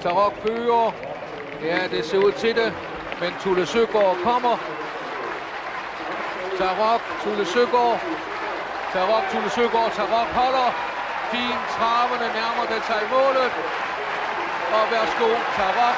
Tarok fører. Ja, det ser ud til det. Men Tulle Søgaard kommer. Tarok, Tulle Søgaard. Tarok, Tulle Søgaard. Tarok holder. Fint traverne nærmer det sig i målet. Og værsgo, Tarok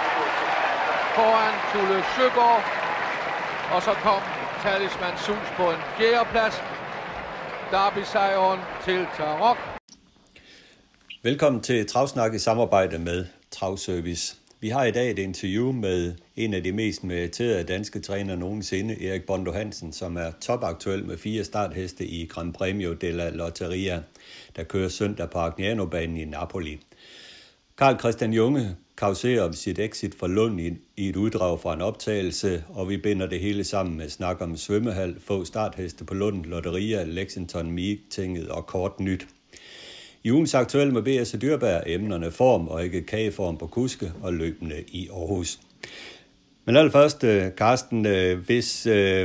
foran Tulle Søgaard. Og så kom Talisman Sus på en fjerdeplads. Derby-sejren til Tarok. Velkommen til Travsnak i samarbejde med Travservice. Vi har i dag et interview med en af de mest meriterede danske trænere nogensinde, Erik Bondo Hansen, som er topaktuel med 4 startheste i Gran Premio della Lotteria, der kører søndag på Agnano-banen i Napoli. Carl Christian Junge causerer om sit exit fra Lund i et uddrag fra en optagelse, og vi binder det hele sammen med snak om svømmehal, få startheste på Lund, Lotteria, Lexington, Meetinget og kort nyt. I ugens aktuelle med B.S. Dyrberg emnerne form og ikke kageform på kuske og løbende i Aarhus. Men allerførst, Carsten, hvis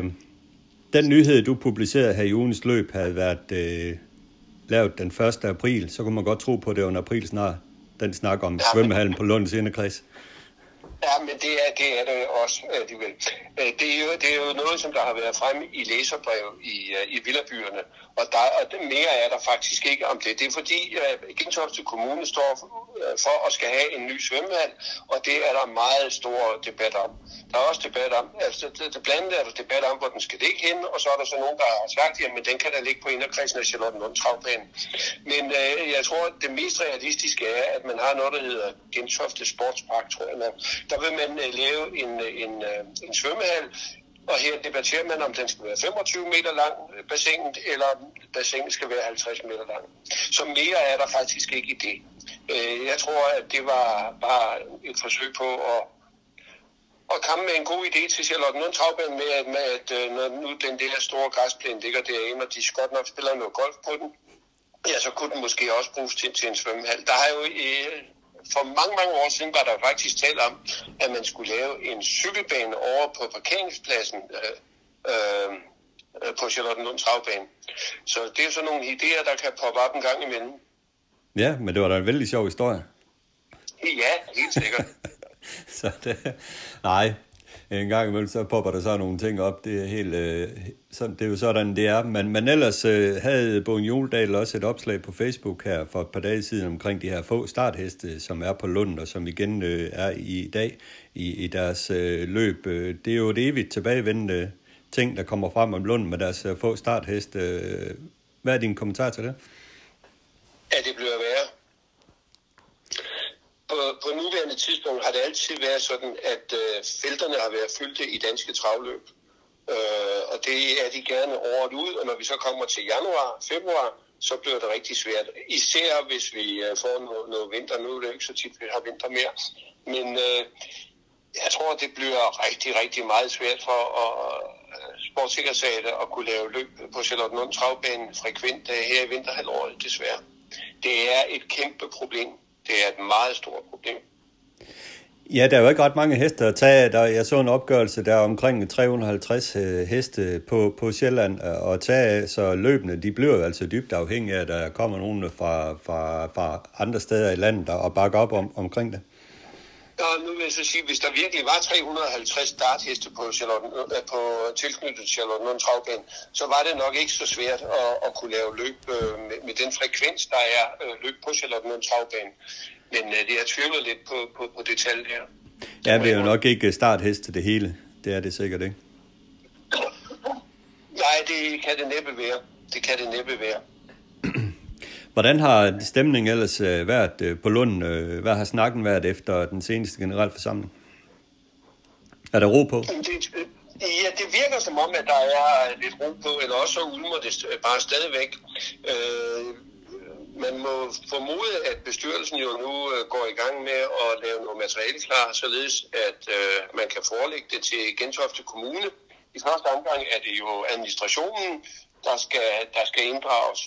den nyhed, du publicerede her i ugens løb, havde været lavet den 1. april, så kunne man godt tro på, det under april snart, den snak om svømmehallen på Lunds inderkreds. Ja, men det er det også alligevel. Det er jo noget, som der har været fremme i læserbrev i villabyerne, og mere er der faktisk ikke om det. Det er fordi Gentofte Kommune står for at skal have en ny svømmehal, og det er der meget stor debat om. Der er også debat om, altså blandt andet er der debat om, hvor den skal ligge hen, og så er der så nogen, der har sagt, jamen den kan da ligge på inderkredsen af Charlottenlund Travbane. Men jeg tror, at det mest realistiske er, at man har noget, der hedder Gentofte Sportspark, tror jeg. Der vil man lave en svømmehal, og her debatterer man, om den skal være 25 meter lang, bassinet, eller bassinet skal være 50 meter lang. Så mere er der faktisk ikke i det. Jeg tror, at det var bare et forsøg på at komme med en god idé til Charlottenlund Travbane med, at når nu den der store græsplæne ligger derinde, og de godt nok spiller noget golf på den, ja, så kunne den måske også bruges til en svømmehal. Der har jo for mange år siden var der faktisk talt om, at man skulle lave en cykelbane over på parkeringspladsen på Charlottenlund Travbane. Så det er sådan nogle idéer, der kan poppe op en gang imellem. Ja, men det var da en vældig sjov historie. Ja, helt sikkert. Så nej, en gang imellem så popper der så nogle ting op. Det er helt, det er jo sådan, det er. Men ellers havde Bogen Juledal også et opslag på Facebook her for et par dage siden omkring de her få startheste, som er på Lund, og som igen er i dag i deres løb. Det er jo et evigt tilbagevendende ting, der kommer frem om Lund med deres få startheste. Hvad er din kommentar til det? Ja, det bliver værre. På nuværende tidspunkt har det altid været sådan, at felterne har været fyldte i danske travløb. Og det er de gerne året ud, og når vi så kommer til januar, februar, så bliver det rigtig svært. Især hvis vi får noget vinter. Nu er det ikke så tit, vi har vinter mere. Men jeg tror, det bliver rigtig, rigtig meget svært for sportssekretariatet at kunne lave løb på Charlottenlund Travbane frekvent her i vinterhalvåret, desværre. Det er et kæmpe problem. Det er et meget stort problem. Ja, der er jo ikke ret mange heste at tage. Jeg så en opgørelse, der er omkring 350 heste på Sjælland at tage, så løbende, de bliver jo altså dybt afhængige af, at der kommer nogen fra andre steder i landet og bakker op omkring det. Og nu vil jeg så sige, hvis der virkelig var 350 startheste på tilknyttet Charlottenlund Travbane, så var det nok ikke så svært at kunne lave løb med den frekvens, der er løb på Charlottenlund Travbane. Men det er tvivlet lidt på det tal der. Ja, det er jo nok ikke startheste det hele. Det er det sikkert ikke. Nej, det kan det næppe være. Hvordan har stemningen ellers været på Lund? Hvad har snakken været efter den seneste generalforsamling? Er der ro på? Ja, det virker som om, at der er lidt ro på, eller også så ulmer det bare stadigvæk. Man må formode, at bestyrelsen jo nu går i gang med at lave noget materiale klar, således at man kan forelægge det til Gentofte Kommune. I første omgang er det jo administrationen, der skal inddrages.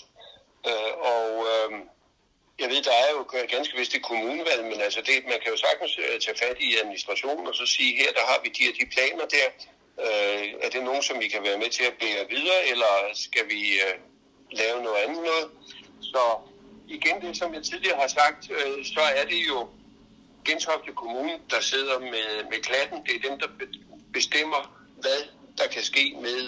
Jeg ved, der er jo ganske vist et kommunevalg, men altså man kan jo sagtens tage fat i administrationen og så sige, her der har vi de planer der. Er det nogen, som vi kan være med til at bære videre, eller skal vi lave noget andet noget? Så igen, det som jeg tidligere har sagt, så er det jo Gentofte Kommune, der sidder med klatten. Det er dem, der bestemmer, hvad der kan ske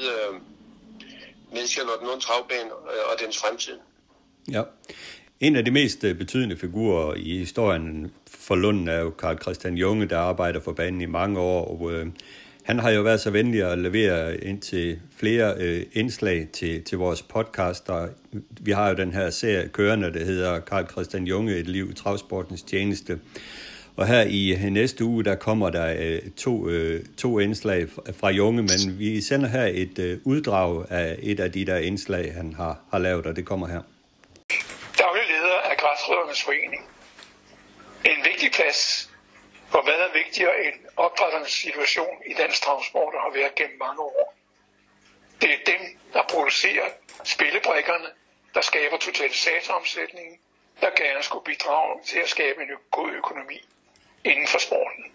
med Charlottenlund Travbane og dens fremtid. Ja. En af de mest betydende figurer i historien for Lunden er jo Carl Christian Junge, der arbejder for banen i mange år. Og, han har jo været så venlig at levere ind til flere indslag til vores podcast. Og vi har jo den her serie kørende, der hedder Carl Christian Junge, et liv i travsportens tjeneste. Og her i næste uge, der kommer der to indslag fra Junge, men vi sender her et uddrag af et af de der indslag, han har lavet, og det kommer her. Daglig leder af Græsrøddernes Forening. En vigtig plads, for hvad er vigtigere end opdrætternes situation i dansk travsport har været gennem mange år. Det er dem, der producerer spillebrikkerne, der skaber totalisatoromsætningen, der gerne skulle bidrage til at skabe en god økonomi inden for sporten.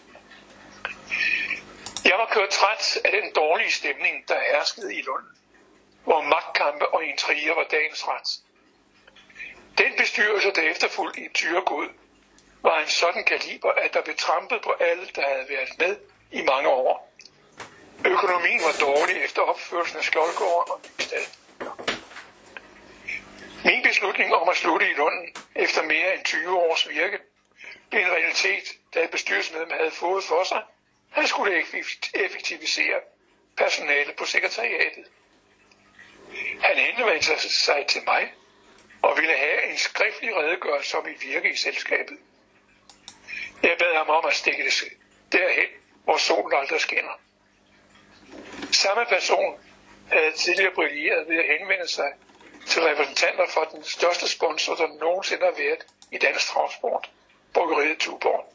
Jeg var kørt træt af den dårlige stemning, der herskede i Lund, hvor magtkampe og intriger var dagens ret. Den bestyrelse, der efterfulgte i Thyregod, var en sådan kaliber, at der blev trampet på alle, der havde været med i mange år. Økonomien var dårlig efter opførelsen af Skjoldgården og Nystad. Min beslutning om at slutte i Lunden efter mere end 20 års virke blev en realitet, da bestyrelsesmedlem havde fået for sig, han skulle effektivisere personalet på sekretariatet. Han henvendte sig til mig og ville have en skriftlig redegørelse om mit virke i selskabet. Jeg bad ham om at stikke det derhen, hvor solen aldrig skinner. Samme person havde tidligere brilleret ved at henvende sig til repræsentanter for den største sponsor, der nogensinde har været i dansk travsport, Bryggeriet Tuborg.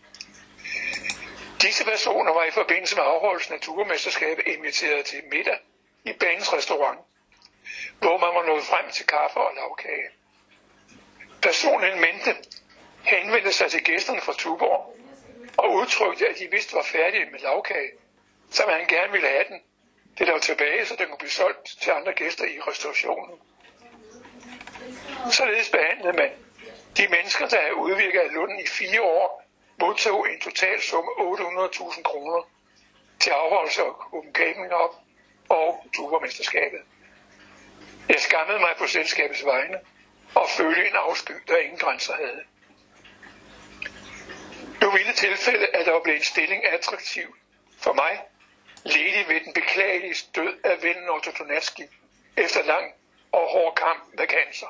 Disse personer var i forbindelse med afholdelsen af Tuborgmesterskabet inviteret til middag i banens restaurant, hvor man var nået frem til kaffe og lavkage. Personen mente henvendte sig til gæsterne fra Tuborg og udtrykte, at de vist var færdige med lavkage, som han gerne ville have den, det der var tilbage, så den kunne blive solgt til andre gæster i restaurationen. Således behandlede man de mennesker, der havde udvirket af Lunden i 4 år, modtog en total sum 800.000 kroner til afholdelse af Open Gaming Up og Tuborgmesterskabet. Jeg skammede mig på selskabets vegne og følte en afsky, der ingen grænser havde. Nu ville tilfælde, at der var blevet en stilling attraktiv for mig, ledig ved den beklagelige død af vennen Otto Donatski efter lang og hård kamp med cancer.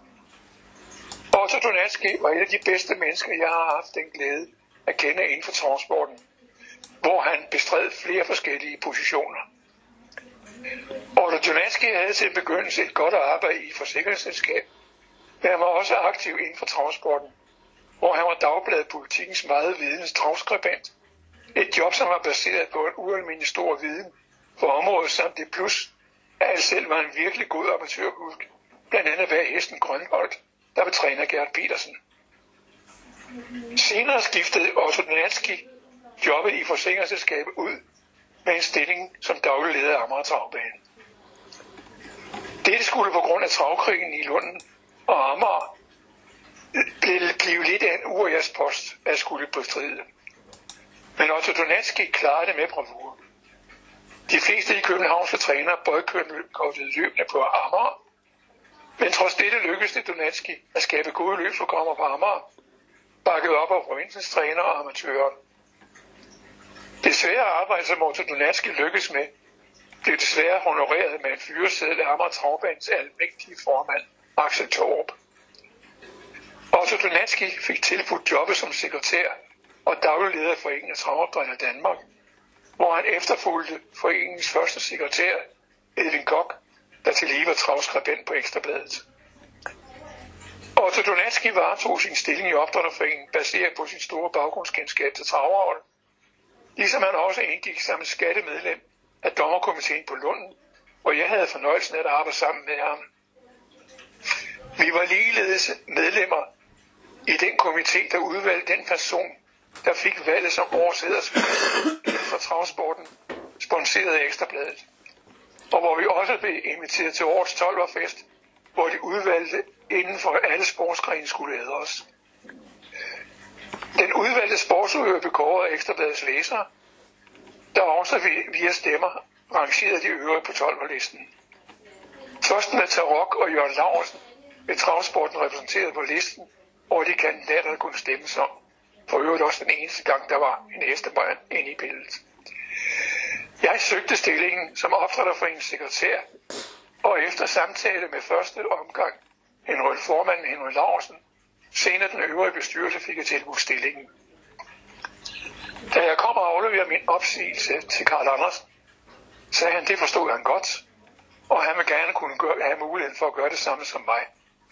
Otto Donatski var et af de bedste mennesker, jeg har haft den glæde at kende inden for travsporten, hvor han bestred flere forskellige positioner. Otto Donatski havde til begyndelse et godt arbejde i forsikringsselskab, men han var også aktiv inden for travsporten, hvor han var Dagbladet Politikens meget videns travskribent. Et job, som var baseret på en ualmindelig stor viden for området, samt det plus, at han selv var en virkelig god amatørkusk, blandt andet ved hesten Grønholdt, der var træner Gert Petersen. Senere skiftede Otto Donatski jobbet i forsikringsselskabet ud med en stilling som daglig leder af Amager Travbane. Dette skulle på grund af travkrigen i Lunden og Amager blive lidt af en urjærspost at skulle bestride. Men Otto Donatski klarede det med bravur. De fleste i københavnske trænere boykottede løbende på Amager, men trods dette lykkedes det Donatski at skabe gode løbsprogrammer på Amager, bakket op af provinsens trænere og amatører. Det svære arbejde, som Otto Donatski lykkedes med, blev desværre honoreret med en fyreseddel af Amager Travbanes almægtige formand, Axel Thorup. Otto Donatski fik tilbudt jobbet som sekretær og daglig leder af Foreningen af Travopdrætter Danmark, hvor han efterfulgte foreningens første sekretær, Edvin Kok, der tillige var travskribent på Ekstrabladet. Otto Donatski varetog sin stilling i opdrætterforeningen baseret på sin store baggrundskendskab til travavl, ligesom han også indgik som skattemedlem af dommerkomiteen på Lunden, hvor jeg havde fornøjelsen af at arbejde sammen med ham. Vi var ligeledes medlemmer i den komité, der udvalgte den person, der fik valget som årets hædersmedlem inden for travsporten, sponsoreret af Ekstrabladet, og hvor vi også blev inviteret til årets 12'er-fest, hvor de udvalgte inden for alle sportsgrene skulle æde os. Den udvalgte sportsudøver blev kåret af Ekstrabladets læsere, der også via stemmer rangerede de øvrige på 12'er-listen. Først med Tarok og Jørgen Laursen blev travsporten repræsenteret på listen over de kandidater, der kunne stemmes om. For øvrigt også den eneste gang, der var en hestemand inde i billedet. Jeg søgte stillingen som opdrætterforeningens sekretær, og efter samtale med første omgang formanden Henry Laursen, senere den øvrige bestyrelse, fik jeg tilbudt stillingen. Da jeg kom og afleverede min opsigelse til Carl Andersen, sagde han, det forstod han godt, og han vil gerne kunne have muligheden for at gøre det samme som mig.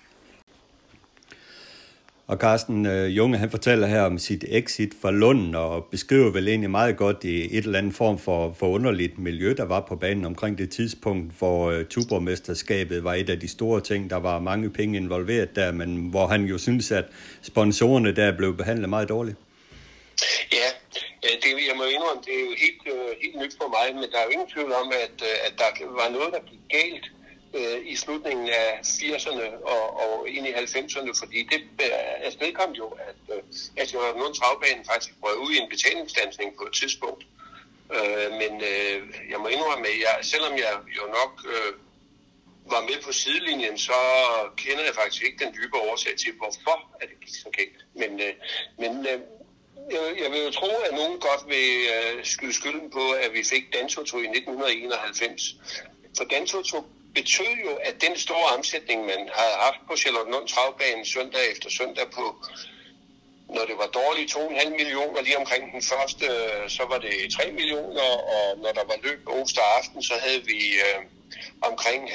Og Carsten Junge, han fortæller her om sit exit fra Lunden og beskriver vel egentlig meget godt i et eller andet form for underligt miljø, der var på banen omkring det tidspunkt, hvor Tuborgmesterskabet var et af de store ting. Der var mange penge involveret der, men hvor han jo synes, at sponsorerne der blev behandlet meget dårligt. Ja, jeg må indrømme, det er jo helt nyt for mig, men der er jo ingen tvivl om, at der var noget, der gik galt i slutningen af 80'erne og ind i 90'erne, fordi det afstedkom jo, at Charlotte Lund Travbane faktisk røg ud i en betalingsstandsning på et tidspunkt. Men jeg må indrømme, at selvom jeg jo nok var med på sidelinjen, så kender jeg faktisk ikke den dybe årsag til, hvorfor at det gik så galt. Men jeg vil jo tro, at nogen godt vil skyde skylden på, at vi fik Dantoto i 1991. For Dantoto betød jo, at den store omsætning, man havde haft på Charlottenlund Travbane søndag efter søndag på, når det var dårligt, 2,5 millioner, lige omkring den første, så var det 3 millioner, og når der var løb onsdag aften, så havde vi omkring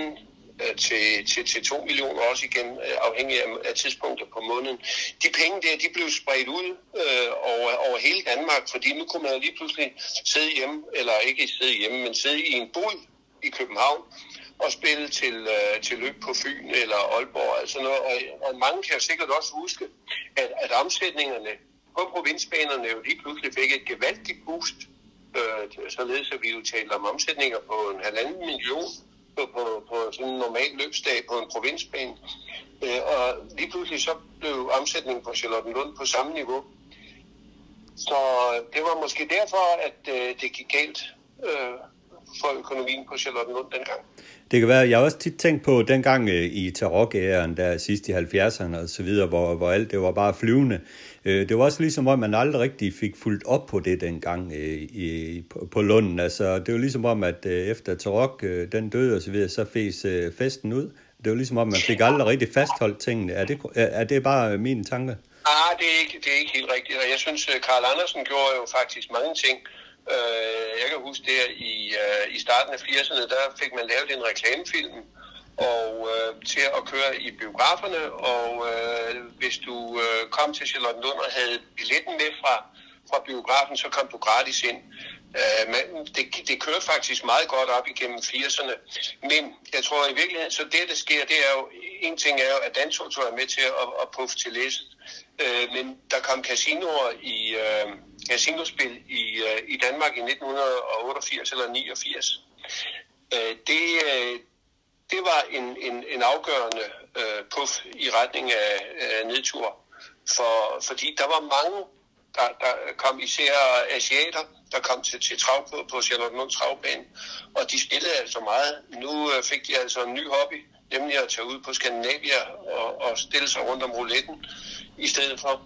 1,5 til 2 millioner også igen, afhængig af tidspunkter på måneden. De penge der, de blev spredt ud over hele Danmark, fordi nu kunne man jo lige pludselig sidde hjemme, eller ikke sidde hjemme, men sidde i en bod i København, og spille til løb på Fyn eller Aalborg. Altså noget. Og mange kan jo sikkert også huske, at omsætningerne på provinsbanerne jo lige pludselig fik et gevaldigt boost, således at vi jo talte om omsætninger på 1,5 million på sådan en normal løbsdag på en provinsbane. Og lige pludselig så blev omsætningen på Charlottenlund på samme niveau. Så det var måske derfor, at det gik galt for økonomien på Charlottenlund dengang. Det kan være, jeg har også tit tænkt på dengang i Tarok-æren, der sidst i 70'erne og så videre, hvor alt det var bare flyvende. Det var også ligesom, at man aldrig rigtig fik fulgt op på det dengang på Lunden. Altså, det var ligesom om, at efter Tarok den døde og så videre, så fes festen ud. Det var ligesom om, man fik aldrig rigtig fastholdt tingene. Er det bare mine tanker? Det er ikke helt rigtigt. Og jeg synes, Carl Andersen gjorde jo faktisk mange ting. Jeg kan huske der i starten af 80'erne, der fik man lavet en reklamefilm og til at køre i biograferne, og hvis du kom til Charlottenlund og havde billetten med fra biografen, så kom du gratis ind. Det kørte faktisk meget godt op igennem 80'erne, men jeg tror i virkeligheden, så det sker, det er jo, en ting er jo, at Dantoto er med til at puffe til læsset, men der kom casinospil i Danmark i 1988 eller 89. Det var en afgørende puff i retning af nedtur, fordi der var mange, der kom især asiater, der kom til trav på Charlottenlund Travbane, og de spillede altså meget. Nu fik de altså en ny hobby, nemlig at tage ud på Skandinavia og stille sig rundt om rouletten i stedet for.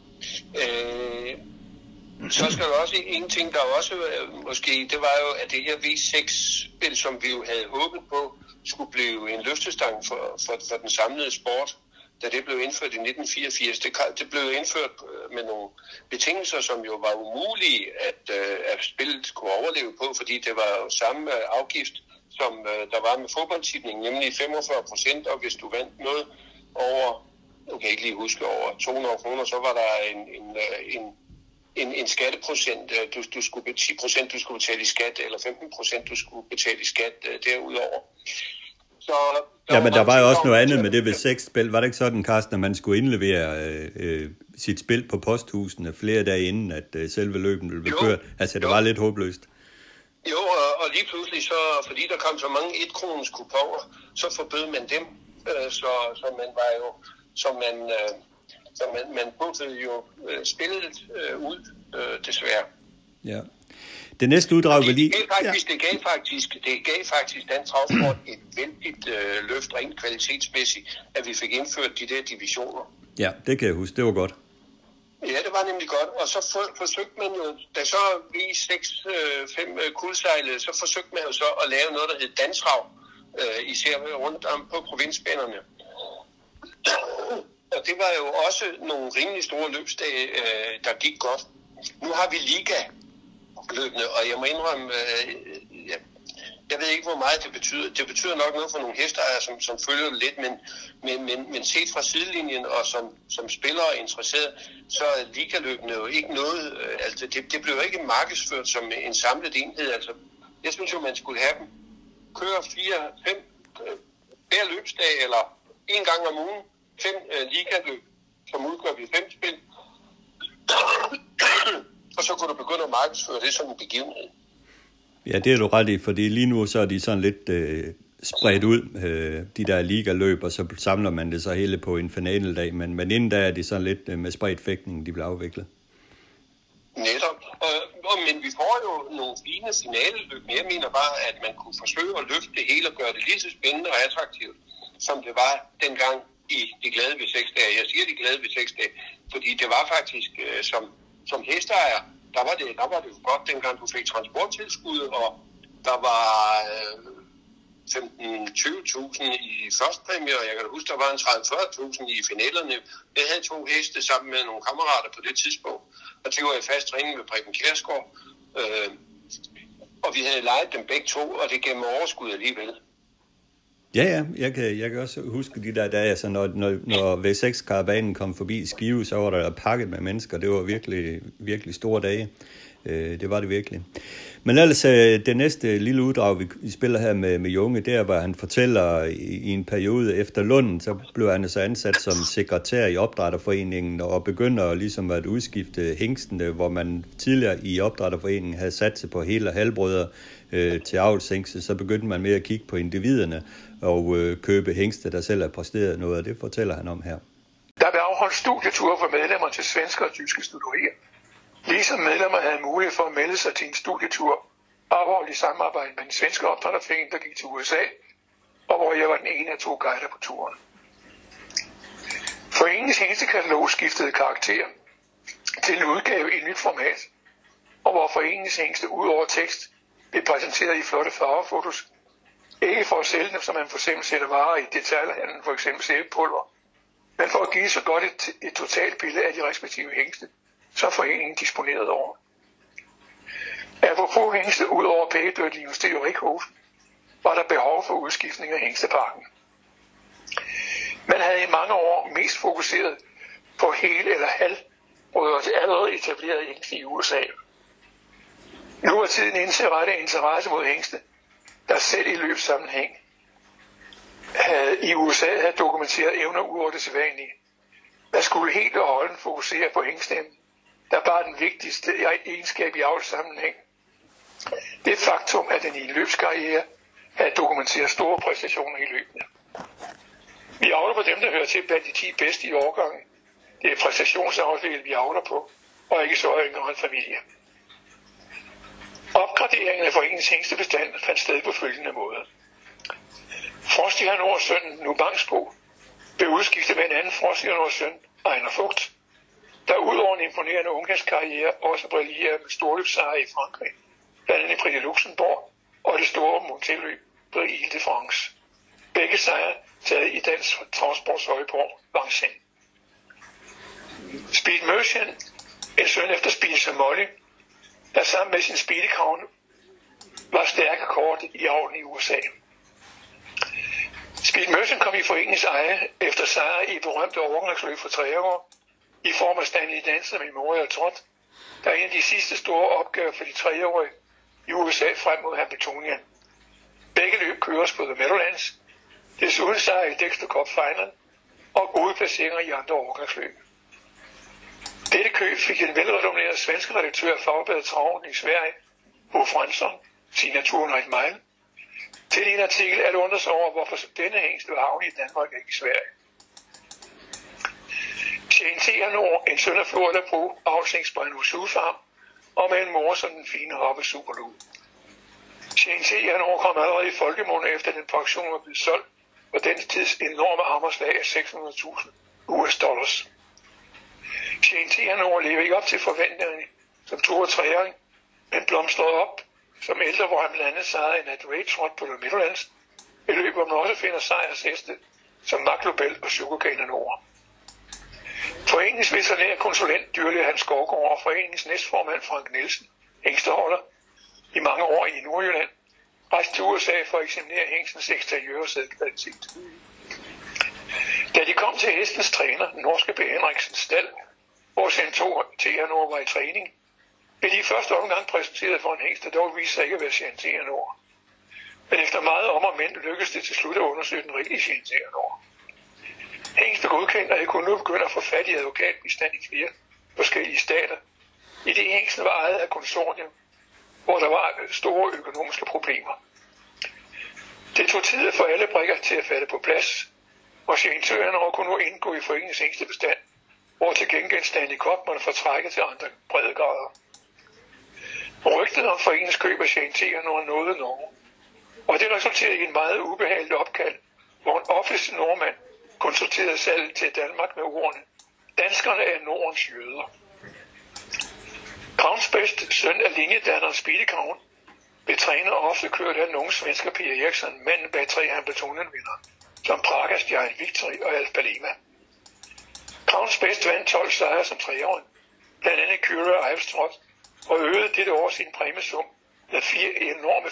Så skal der også en ting, der også måske, det var jo, at det her V6-spil, som vi jo havde håbet på, skulle blive en løftestang for den samlede sport, da det blev indført i 1984. Det blev indført med nogle betingelser, som jo var umulige, at spillet kunne overleve på, fordi det var jo samme afgift, som der var med fodboldtipning, nemlig 45%, og hvis du vandt noget over, jeg kan ikke lige huske, over 200 kroner, så var der en skatteprocent, du skulle 10% du skulle betale i skat, eller 15% du skulle betale i skat derudover. Så men der var jo også noget andet med det ved sexspil. Var det ikke sådan, Carsten, at man skulle indlevere sit spil på posthusene flere dage inden, at selve løben blev kørt? Altså, det var lidt håbløst. Jo, og lige pludselig, så, fordi der kom så mange 1-kroners kuponer, så forbød man dem. Så man var jo, Så man puttede jo spillet ud, desværre. Ja. Det næste uddrag vil lige... Det gav faktisk Dansk Travsport et vældigt løft rent kvalitetsmæssigt, at vi fik indført de der divisioner. Ja, det kan jeg huske. Det var godt. Ja, det var nemlig godt. Og så forsøgte man jo, da så vi 6-5 kuldsejlede, så forsøgte man jo så at lave noget, der hed Danstrav, især rundt om på provinsbanerne. Og det var jo også nogle rimelig store løbsdage, der gik godt. Nu har vi liga-løbende, og jeg må indrømme, jeg ved ikke, hvor meget det betyder. Det betyder nok noget for nogle hesteejere, som følger lidt, men set fra sidelinjen og som spillere er interesseret, så er ligaløbende jo ikke noget, altså det blev jo ikke markedsført som en samlet enhed. Altså, jeg synes jo, man skulle have dem køre 4-5 hver løbsdag, eller en gang om ugen, 5 ligaløb, som udgør vi 5 spil. Og så kunne du begynde at markedsføre det som en begivenhed. Ja, det er du ret i, fordi lige nu så er de sådan lidt spredt ud, de der ligaløb, og så samler man det så hele på en finaledag, men inden da er de sådan lidt med spredt fægtning, de bliver afviklet. Netop. Men vi får jo nogle fine finaleløb, men jeg mener bare, at man kunne forsøge at løfte det hele og gøre det lige så spændende og attraktivt, som det var dengang i de glade ved 6 dage. Jeg siger de glade ved 6 dage, fordi det var faktisk som hesteejer, der var det jo godt, dengang du fik transporttilskud, og der var 15-20.000 i førstpræmie, og jeg kan huske, der var en 30-40.000 i finalerne. Jeg havde 2 heste sammen med nogle kammerater på det tidspunkt, og de var i fast træning med Preben Kjærsgaard, og vi havde lejet dem begge to, og det gav mig overskud alligevel. Ja, jeg kan også huske de der dage, altså når V6-karavanen kom forbi Skive, så var der pakket med mennesker. Det var virkelig, virkelig store dage. Det var det virkelig. Men ellers, det næste lille uddrag, vi spiller her med Junge, der hvor han fortæller i en periode efter Lunden, så blev han så ansat som sekretær i Opdrætterforeningen og begynder ligesom at udskifte hængstene, hvor man tidligere i Opdrætterforeningen havde sat sig på hel- og halvbrødre til avlshængste, så begyndte man med at kigge på individerne og købe hængste, der selv har præsteret noget, og det fortæller han om her. Der blev afholdt studieture for medlemmer til svenske og tyske studerier. Ligesom medlemmer havde mulighed for at melde sig til en studietur, afholdt i samarbejde med den svenske opdrætterforening, der gik til USA, og hvor jeg var den ene af 2 guider på turen. Foreningens hængstekatalog skiftede karakter til en udgave i et nyt format, og hvor foreningens hængste ud over tekst blev præsenteret i flotte farvefotos, ikke for at sælge dem, som man for eksempel sætter varer i detailhandlen, for eksempel sæbepulver, men for at give så godt et totalt billede af de respektive hængste, som foreningen disponerede over. Apropos hængste ud over pædedødlige Sterik Hofen, var der behov for udskiftning af hængsteparken. Man havde i mange år mest fokuseret på hel- eller halvbrødre til allerede etablerede hængste i USA. Nu var tiden inde til at rette interesse mod hængste, der selv i løbssammenhæng i USA havde dokumenteret evner ud over det sædvanlige. Man skulle helt og holdent fokusere på hængstemmen, der var den vigtigste egenskab i avlssammenhæng. Det faktum, at den i en løbskarriere havde dokumenteret store præstationer i løbene. Vi avler på dem, der hører til blandt de 10 bedste i årgangen. Det er præstationsafdelen, vi avler på, og ikke så yngre en familie. Opgraderingen af foreningens hængstebestand fandt sted på følgende måde. Frostjern sønnen Nubangsbo blev udskiftet med en anden Frostjern søn, Ejner Fugt, der udover en imponerende ungdomskarriere også brillerer med storløbssejre i Frankrig, blandt andet i Prix de Luxembourg og det store montelløb på Ile de France. Begge sejre taget i dansk travsports højborg Vincennes. Speed Merchant, en søn efter Speed Molly, der sammen med sin speedekravn var stærke kort i avlen i USA. Speed Merchant kom i foreningens eje efter sejre i berømte overgangsløb for 3 år, i form af Stanley Dancer Memorial Trot, der er en af de sidste store opgaver for de 3-årige i USA frem mod Hamiltonien. Begge løb køres på The Meadowlands, desuden sejr i Dexter Cup Final og gode placeringer i andre overgangsløb. Dette køb fik en velrenommeret svenske redaktør af Fagbladet Traven i Sverige, Bo Fransson, Signaturen og et mile, til en artikel at undre sig over, hvorfor denne hængst var havnet i Danmark og ikke i Sverige. Shane Theanor, en søn af Florida Pro, avlsings på en Usu-farm, og med en mor som den fine hoppe Superlu. Shane Theanor kom allerede i folkemunde efter den på auktion var blevet solgt, og den tids enorme armerslag af $600,000 US. Shane Theanor levede ikke op til forventningerne som 2-3-åring, men blomstrede op som ældre, hvor han blandt andet sejrede en Adelaide Trot på The Midlands, i løbet hvor man også finder sejrsheste som Maglobel og Sugarcane Nord. Foreningens veterinære konsulent dyrlæge Hans Skovgaard og foreningens næstformand Frank Nielsen, hængsteholder i mange år i Nordjylland, rejste til USA for at eksaminere hængstens eksteriør og sædkvalitet. Da de kom til hestens træner, den norske B. Henriksens stald, hvor Shane Theanor var i træning, blev de i første omgang præsenteret for en hængst, der dog viste sig ikke at være Shane Theanor. Men efter meget om og men lykkedes det til slut at undersøge den rigtige Shane Theanor. Hængst blev godkendt, og jeg kunne nu begynde at få fat i advokatbistand i flere forskellige stater, i det hængsten var ejet af konsortium, hvor der var store økonomiske problemer. Det tog tid for alle brikker til at falde på plads, og Shane Theanor kunne nu indgå i foreningens hængstebestand, hvor til gengæld Stanley Cup måtte fortrække til andre breddegrader. Rygtet om foreningens køb af Shane Theanor nåede Norge, og det resulterede i en meget ubehageligt opkald, hvor en office nordmand konsulterede salget til Danmark med ordene: danskerne er Nordens jøder. Kravens bedste søn af linjedanneren Speedy-Kraven blev trænet og ofte kørt af den unge svensker Pia Eriksson, manden bag 3 Hambletonien-vinder, som Praga-stjerne Victory og Alfa Lima. Kravens bedste vandt 12 sejre som 3-åring, blandt andet Kyra og Ivstrot, og øgede dette år sin præmiesum med enorme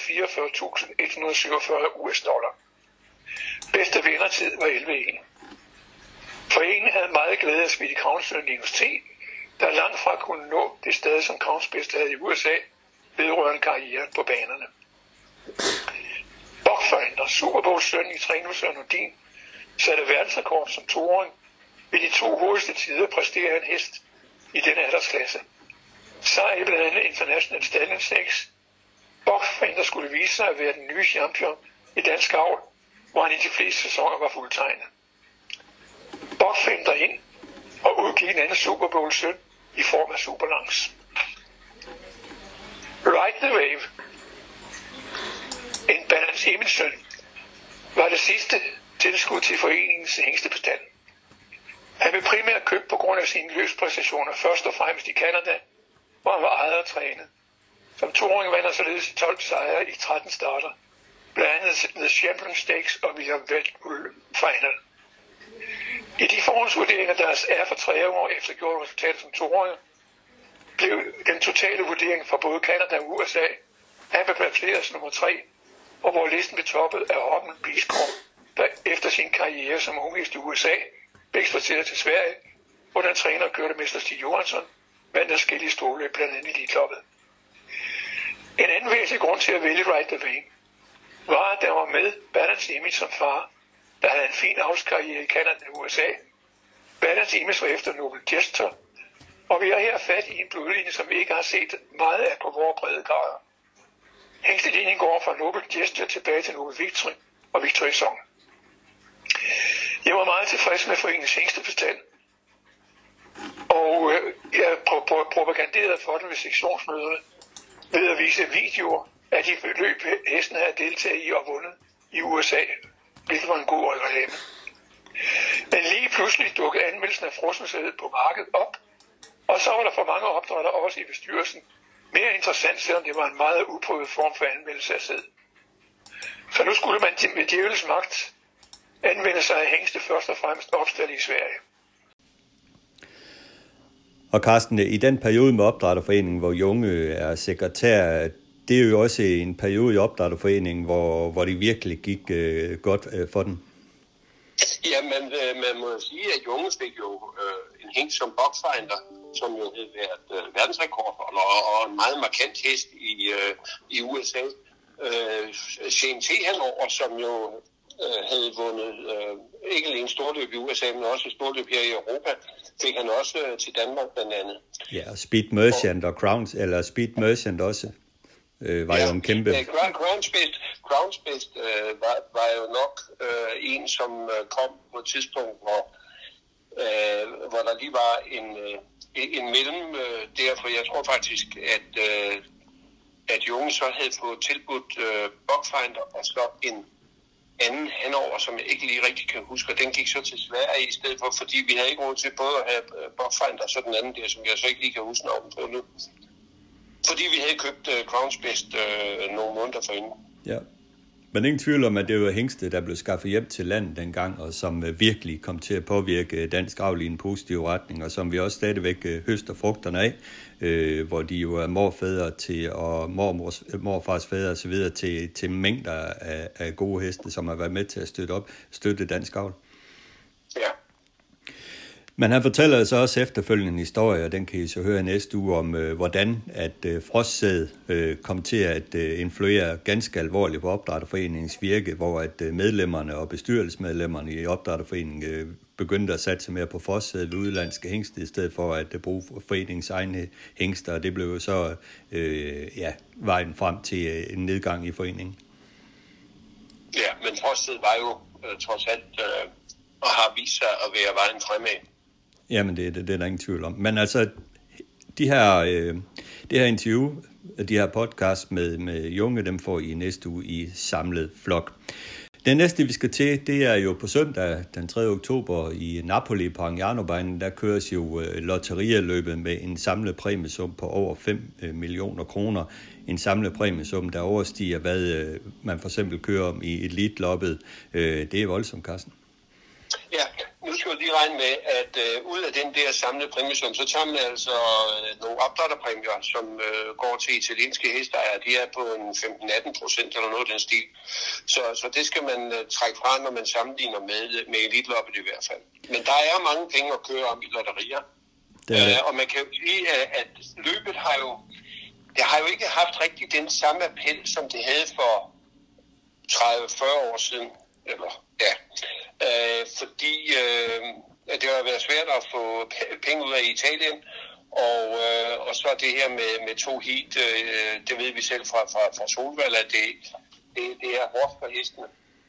$444.147. Bedste vindertid var 11-1. Foreningen havde meget glæde af Speedy Kravens søn Linus T., der langt fra kunne nå det sted, som Kravens bedste havde i USA, vedrørende karrieren på banerne. Bokfinder, Super Bowls søn i Trinus og Nordin, satte verdensrekord som 2-åring ved de 2 hurtigste tider præstere en hest i denne aldersklasse. Sejr i blandt andet International Stallion 6. Bokfinder skulle vise sig at være den nye champion i dansk avl, hvor han i de fleste sæsoner var fuldtegnet. Bokfinder ind og udgik en anden Super Bowl søn i form af Superlangs. Ride the Wave, en Balance Image søn, var det sidste tilskud til foreningens hængstebestand. Han blev primært købt på grund af sine løbspræstationer, først og fremmest i Canada, hvor han var ejet og trænet. Som 2-åring vandt han således 12 sejre i 13 starter, blandt andet The Champion Stakes og William Wetbull Final. I de forhåndsvurderinger, der er for 3 år efter gjort resultatet som 2-årig, blev den totale vurdering for både Canada og USA, han blev placeret som nummer 3, og hvor listen blev toppet af Hoppen Bisgaard, der efter sin karriere som unghest i USA blev eksporteret til Sverige, hvor den træner og kørte mester Stig Johansson, vandt adskillige storløb blandt andet i Elitloppet. En anden væsentlig grund til at vælge Ride the Wave var, at der var med Balance Image som far, der havde en fin avlskarriere i Canada og USA. Balance Image var efter Noble Gesture, og vi har her fat i en blodlinje, som vi ikke har set meget af på vores breddegrader. Hængstelinjen går fra Noble Gesture tilbage til Noble Victory og Victory Song. Jeg var meget tilfreds med foreningens hængstebestand, og jeg propaganderede for den ved sektionsmøderne ved at vise videoer af de løb, hesten havde deltaget i og vundet i USA, hvilket var en god reklame. Men lige pludselig dukkede anmeldelsen af frosensæd på markedet op, og så var der for mange opdrætter også i bestyrelsen mere interessant, selvom det var en meget uprøvet form for anmeldelse af sæd. Så nu skulle man med djævelens magt anvende sig af hængste først og fremmest opstillet i Sverige. Og Carsten, i den periode med Opdrætterforeningen, hvor Junge er sekretær, det er jo også en periode i Opdrætterforeningen, hvor det virkelig gik godt for den. Ja, men man må sige, at Junge fik jo en hengst som Bokfinder, som jo havde været verdensrekordholder og en meget markant hest i USA. Shane Theanor, som jo havde vundet ikke alene storløb i USA, men også storløb her i Europa, fik han også til Danmark blandt andet. Ja, Speed Merchant og Speed Merchant også var jo en kæmpe. Crowns Best var jo nok en, som kom på et tidspunkt, hvor hvor der lige var en mellem der, for jeg tror faktisk, at Junge så havde fået tilbudt Buckfinder og så en anden henover, som jeg ikke lige rigtig kan huske, og den gik så til Sverige i stedet for, fordi vi havde ikke råd til både at have Buckfinder og så den anden der, som jeg så ikke lige kan huske navnet på nu. Fordi vi havde købt Crowns Best nogle måneder forinden. Ja. Men ingen tvivl om, at det var hængste, der blev skaffet hjem til landet dengang, og som virkelig kom til at påvirke dansk avl i en positiv retning, og som vi også stadigvæk høster frugterne af, hvor de jo er morfædre til, og morfars fædre osv. til mængder af gode heste, som har været med til at støtte dansk avl. Ja. Men han fortæller så også efterfølgende en historie, og den kan I så høre næste uge, om hvordan at frostsæd kom til at influere ganske alvorligt på opdrætterforeningens virke, hvor at medlemmerne og bestyrelsesmedlemmerne i opdrætterforeningen begyndte at satse mere på frostsæd ved udlandske hængste, i stedet for at bruge foreningens egne hængster, og det blev jo så vejen frem til en nedgang i foreningen. Ja, men frostsæd var jo trods alt og har vist sig at være vejen fremad. Jamen, det er der ingen tvivl om. Men altså, det her interview, de her podcast med Junge, dem får I næste uge i samlet flok. Den næste, vi skal til, det er jo på søndag den 3. oktober i Napoli på Agnanobanen. Der køres jo lotterieløbet med en samlet præmiesum på over 5 millioner kroner. En samlet præmiesum, der overstiger, hvad man for eksempel kører om i elitloppet. Det er voldsomt, Carsten. Ja, nu skal jeg lige regne med, at ud af den der samlede præmiesum, så tager man altså nogle opdrætterpræmier, som går til italienske hesteejere. De er på en 15-18% eller noget af den stil. Så det skal man trække fra, når man sammenligner med elitloppet i hvert fald. Men der er mange penge at køre om i lotterier. Og man kan jo sige, at løbet har jo ikke haft rigtig den samme appel, som det havde for 30-40 år siden. Eller, ja. Fordi det har været svært at få penge ud af Italien, og så det her med 2 heat, det ved vi selv fra Solvald, at det er hårdt for hestene.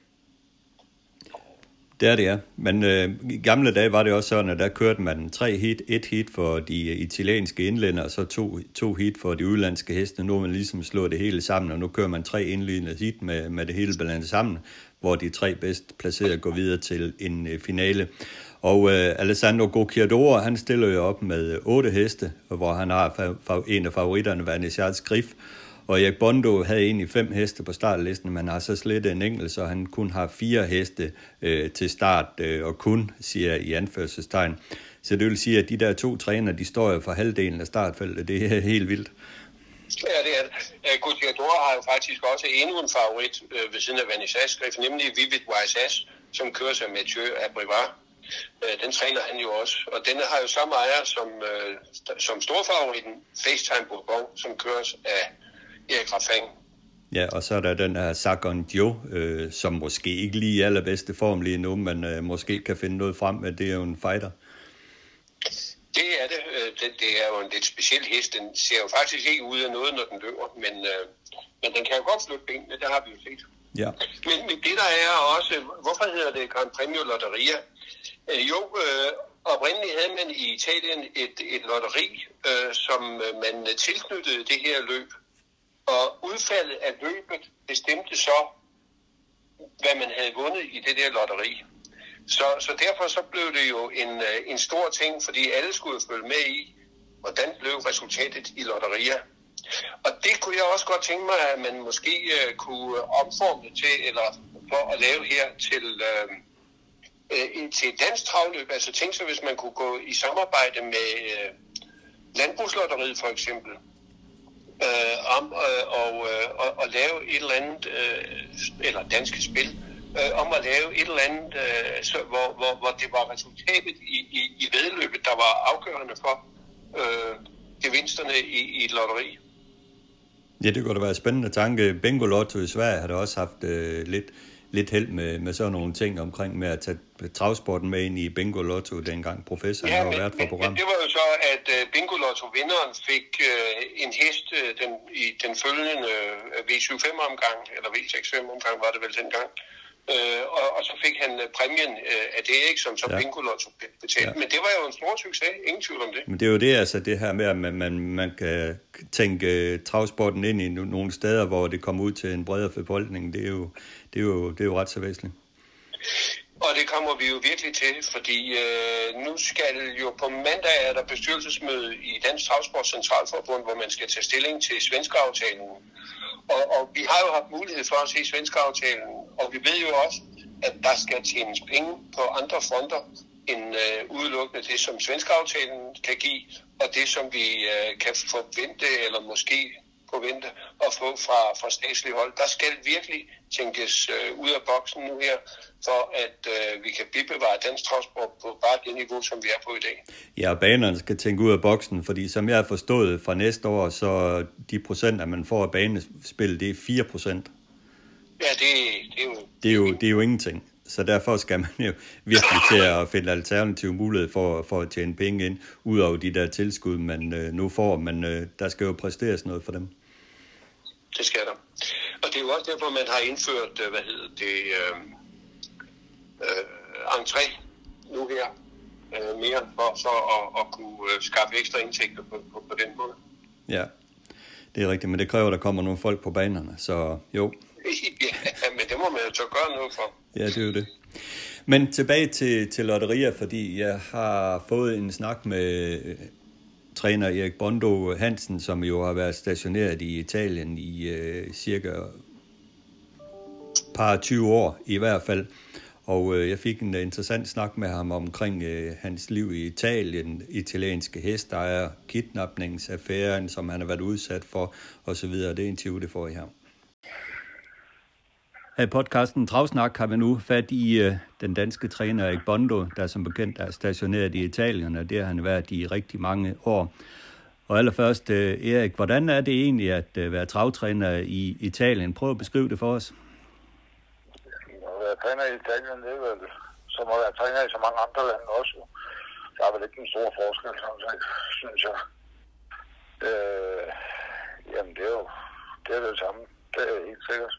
Det er det, ja. Men i gamle dage var det også sådan, at der kørte man 3 heat, 1 heat for de italienske indlænder, og så 2 heat for de udlandske heste. Nu har man ligesom slået det hele sammen, og nu kører man 3 indledende heat med det hele blandet sammen, hvor de 3 bedst placerede går videre til en finale. Og Alessandro Gocciadoro, han stiller jo op med 8 heste, hvor han har en af favoritterne, Vanessas Grif. Og Erik Bondo havde egentlig 5 heste på startlisten, men har så slet en enkelt, så han kun har 4 heste til start, og kun, siger i anførselstegn. Så det vil sige, at de der 2 træner, de står jo for halvdelen af startfeltet. Det er helt vildt. Ja, det er det. Gocciadoro har jo faktisk også endnu en favorit ved siden af Vanessas Grif, nemlig Vivid Wise Ass, som kører sig Mathieu Abrivard. Den træner han jo også, og denne har jo samme ejer som storfavoritten FaceTime Bourbon, som køres af Erik Raffin. Ja, og så er der den her Sagon Dio, som måske ikke lige i allerbedste form lige nu, men måske kan finde noget frem, at det er jo en fighter. Det er det. Det er jo en lidt speciel hest. Den ser jo faktisk ikke ud af noget, når den løber, men den kan jo godt flytte benene, det har vi jo set. Ja. Men det der er også, hvorfor hedder det Gran Premio Lotteria? Oprindeligt havde man i Italien et lotteri, som man tilknyttede det her løb. Og udfaldet af løbet bestemte så, hvad man havde vundet i det der lotteri. Så derfor så blev det jo en stor ting, fordi alle skulle følge med i, hvordan blev resultatet i lotterier. Og det kunne jeg også godt tænke mig, at man måske kunne omforme det til, eller for at lave her til et dansk travløb. Altså tænk så, hvis man kunne gå i samarbejde med Landbrugslotteriet for eksempel, og lave et eller andet, eller Danske Spil, om at lave et eller andet, hvor det var resultatet i væddeløbet, der var afgørende for gevinsterne i et lotteri. Ja, det kunne da være en spændende tanke. Bingo Lotto i Sverige har da også haft lidt held med sådan nogle ting omkring med at tage travsporten med ind i Bingo Lotto, dengang professoren har været for programmet. Det var jo så, at Bingo Lotto-vinderen fik en hest i den følgende V75-omgang, eller V65-omgang var det vel dengang, Og så fik han præmien af det, ikke, som Bingo Lotto betalte. Ja. Men det var jo en stor succes, ingen tvivl om det. Men det er jo det, altså det her med, at man kan tænke travsporten ind i nogle steder, hvor det kommer ud til en bredere befolkning. Det er jo ret så væsentligt. Og det kommer vi jo virkelig til, fordi nu skal jo på mandag er der bestyrelsesmøde i Dansk Travsport Centralforbund, hvor man skal tage stilling til svenske-aftalen. Og vi har jo haft mulighed for at se svenske-aftalen, og vi ved jo også, at der skal tjenes penge på andre fronter end udelukkende det, som svenske-aftalen kan give, og det, som vi kan forvente, eller måske forvente at få fra statslig hold. Der skal virkelig tænkes ud af boksen nu her, for at vi kan bibevare dansk travsport på bare det niveau, som vi er på i dag. Ja, og banerne skal tænke ud af boksen, fordi som jeg har forstået fra næste år, så de procenter, man får af banespil, det er 4%. Ja, det er jo ingenting. Så derfor skal man jo virkelig til at finde alternative muligheder for at tjene penge ind, ud over de der tilskud, man nu får, men der skal jo præsteres noget for dem. Det skal der. Og det er jo også derfor, man har indført, entré nu her mere, for at kunne skaffe ekstra indtægter på den måde. Ja, det er rigtigt, men det kræver, at der kommer nogle folk på banerne, så jo. Ja, men det må man jo så gøre noget for. Ja, det er jo det. Men tilbage til lotterier, fordi jeg har fået en snak med træner Erik Bondo Hansen, som jo har været stationeret i Italien i cirka par 20 år i hvert fald. Og jeg fik en interessant snak med ham omkring hans liv i Italien, italienske hesteejere, kidnapningsaffæren, som han har været udsat for, osv. Det er interview, det får I her. Her i podcasten Travsnak har vi nu fat i den danske træner Erik Bondo, der som bekendt er stationeret i Italien, og det har han været i rigtig mange år. Og allerførst, Erik, hvordan er det egentlig at være travtræner i Italien? Prøv at beskrive det for os. At være træner i Italien, det er vel som at være træner i så mange andre lande også. Der er vel ikke en stor forskel, synes jeg. Jamen, det er det samme. Det er helt sikkert.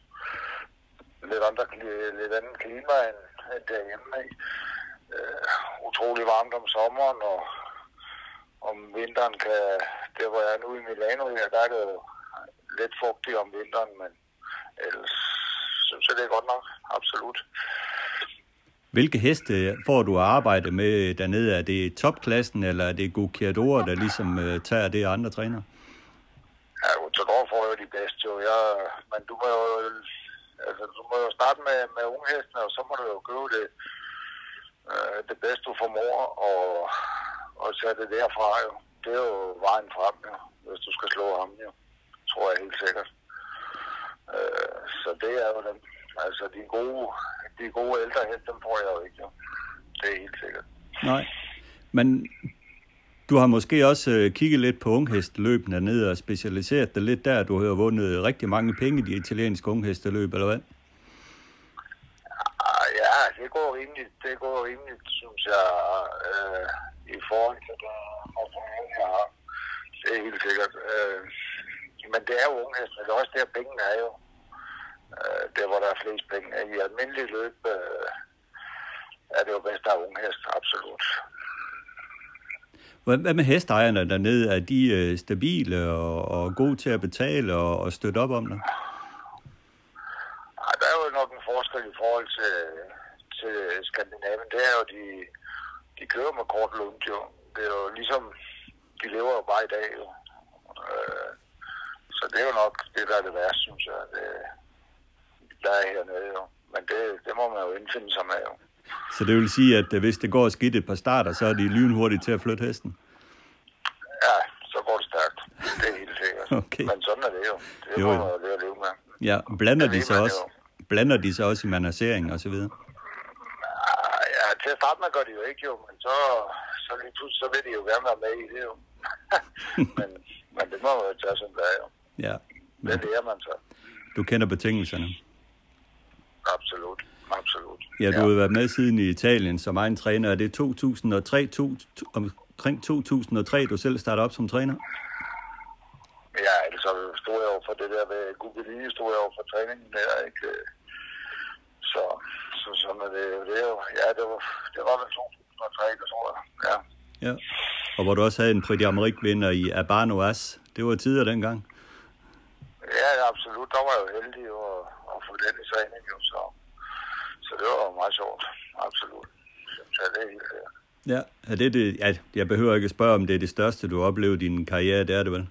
Lidt andet klima end derhjemme. Utrolig varmt om sommeren, og om vinteren der hvor jeg er nu i Milano, der er det jo lidt fugtigt om vinteren, men ellers synes jeg det er godt nok, absolut. Hvilke heste får du at arbejde med dernede? Er det topklassen, eller er det Gocciador, der ligesom tager det af andre træner? Ja, Gocciador får jo de bedste jo. Men du må jo starte med unghestene, og så må du jo købe det bedste du formår, og sætte det derfra jo. Det er jo vejen frem jo, hvis du skal slå ham jo. Tror jeg helt sikkert. Så det er jo dem. Altså de gode ældre heste, dem får jeg jo ikke jo. Det er helt sikkert. Nej, men du har måske også kigget lidt på unghesteløbene dernede og specialiseret dig lidt der. Du har jo vundet rigtig mange penge i de italienske unghesteløb, eller hvad? Ja, det går rimeligt, synes jeg, i forhold til det, jeg har. Det er helt sikkert. Men det er jo ungheste, det er også der pengene er jo. Der, hvor der er flest penge. I almindelig løb er det jo bedst af unghest, absolut. Hvad med hesteejerne dernede? Er de stabile og gode til at betale og støtte op om det? Nej, der er jo nok en forskel i forhold til Skandinavien. Det er jo, de kører med kort lund, jo. Det er jo ligesom, de lever jo bare i dag, jo. Så det er jo nok det, der er det værste, synes jeg, der er hernede, jo. Men det må man jo indfinde sig med, jo. Så det vil sige, at hvis det går skidt et par starter, så er de lynhurtigt til at flytte hesten? Ja, så går det stærkt. Det er helt sikkert. Okay. Men sådan er det jo. Det må man jo leve med. Ja, blander de sig også i managering og så videre? Ja, til at starte med gør de jo ikke, jo. Men så lige pludselig, så vil de jo gerne være med i det, jo. men det må man jo tage, som det er, jo. Ja. Det lærer man så. Du kender betingelserne? Absolut. Ja, du har været med siden i Italien som egen træner. Er det omkring 2003, du selv startede op som træner? Ja, ellers stod jeg over for det der med Guggelini, stod jeg over for træningen der, ikke? Så så sådan er det jo. Ja, det var vel 2003, det tror jeg. Ja. Ja. Og hvor du også havde en Prix d'Amérique-vinder i Abano As. Det var tider dengang. Ja, absolut. Der var jeg jo heldig at få den i træning, jo, så det var meget sjovt. Absolut. Så det er helt fair. Ja, er det? Ja, jeg behøver ikke at spørge, om det er det største, du har oplevet i din karriere, det er det vel?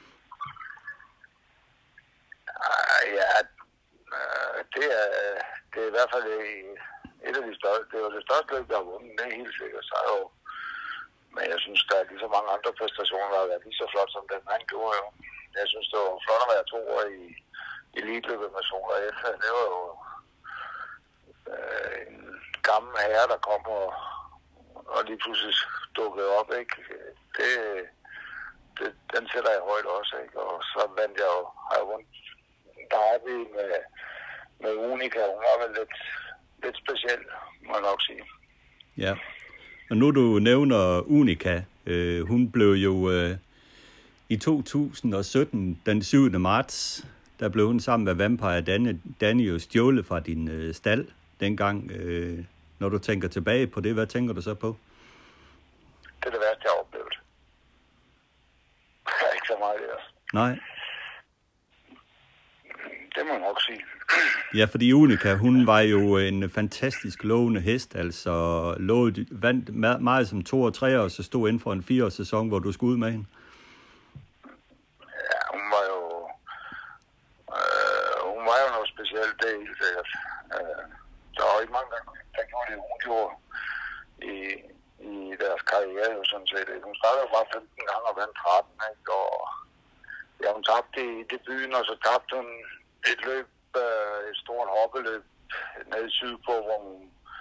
Ja, det er i hvert fald et af de største. Det er jo det største løb, der har vundet. Det er helt sikkert. Så jo. Men jeg synes, der er lige så mange andre præstationer, der har været lige så flot som den, han gjorde jo. Jeg synes, det var flot at være 2 år i elitløbet med Solar F. Det var jo en gammel herre, der kom og lige pludselig dukkede op, ikke? Den sætter jeg højt også, ikke? Og så vandt jeg jo, har jeg vundet derby med Unica. Hun var vel lidt speciel, må jeg nok sige. Ja, og nu du nævner Unica, hun blev jo i 2017, den 7. marts, der blev hun sammen med Vampire Danny jo stjålet fra din stald dengang. Når du tænker tilbage på det, hvad tænker du så på? Det er det værste, jeg har oplevet. Ikke så meget ellers. Nej. Det må jeg nok sige. Ja, fordi Unica, hun var jo en fantastisk lovende hest, altså vandt meget som 2 og 3 år, så stod inden for en 4-års sæson, hvor du skulle ud med hende. Ja, hun var jo noget specielt, det er helt sikkert. Der var ikke mange, der gjorde det, hun gjorde i deres karriere, jo sådan set. Hun startede jo bare 15 gange og vandt 13, ikke? Og ja, hun tabte i debuten, og så tabte hun et løb, et stort hoppeløb nede i Sydpå, hvor hun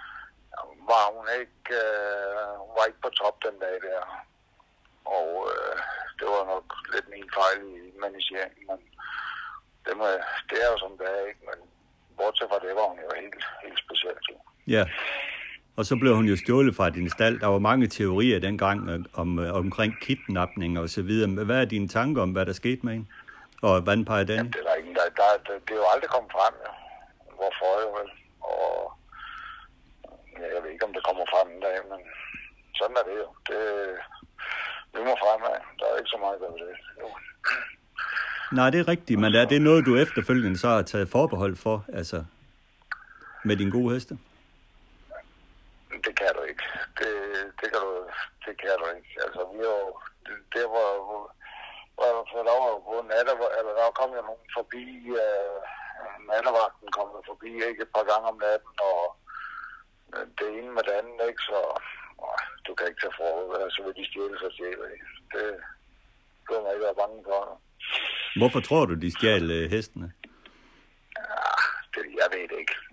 var ikke på top den dag der. Og det var nok lidt min fejl i manageringen, men det er jo som det er, ikke? Men bortset fra det var hun jo helt specielt. Ja, og så blev hun jo stjålet fra din stald. Der var mange teorier dengang omkring kidnapning og så videre. Hvad er dine tanker om, hvad der skete med hende? Og Vampire Danny? Det er der ingen, det er jo aldrig kommet frem, ja. Hvorfor jo vel? Og ja, jeg ved ikke, om det kommer frem en dag, men sådan er det jo. Det må fremad. Der er ikke så meget, der ved det. Jo. Nej, det er rigtigt, men er det noget, du efterfølgende så har taget forbehold for, altså med dine gode heste? Det kan du ikke. Det kan du ikke. Altså, vi er jo... Det var der var jo på der kom jo nogen forbi, nattevagten kom jo forbi, ikke, et par gange om natten, og det ene med det andet, ikke, så du kan ikke tage forud, så vil de stjæle sig stjæle, ikke. Det kunne man ikke være bange for. Hvorfor tror du, de stjal hestene? Ja, jeg ved det ikke.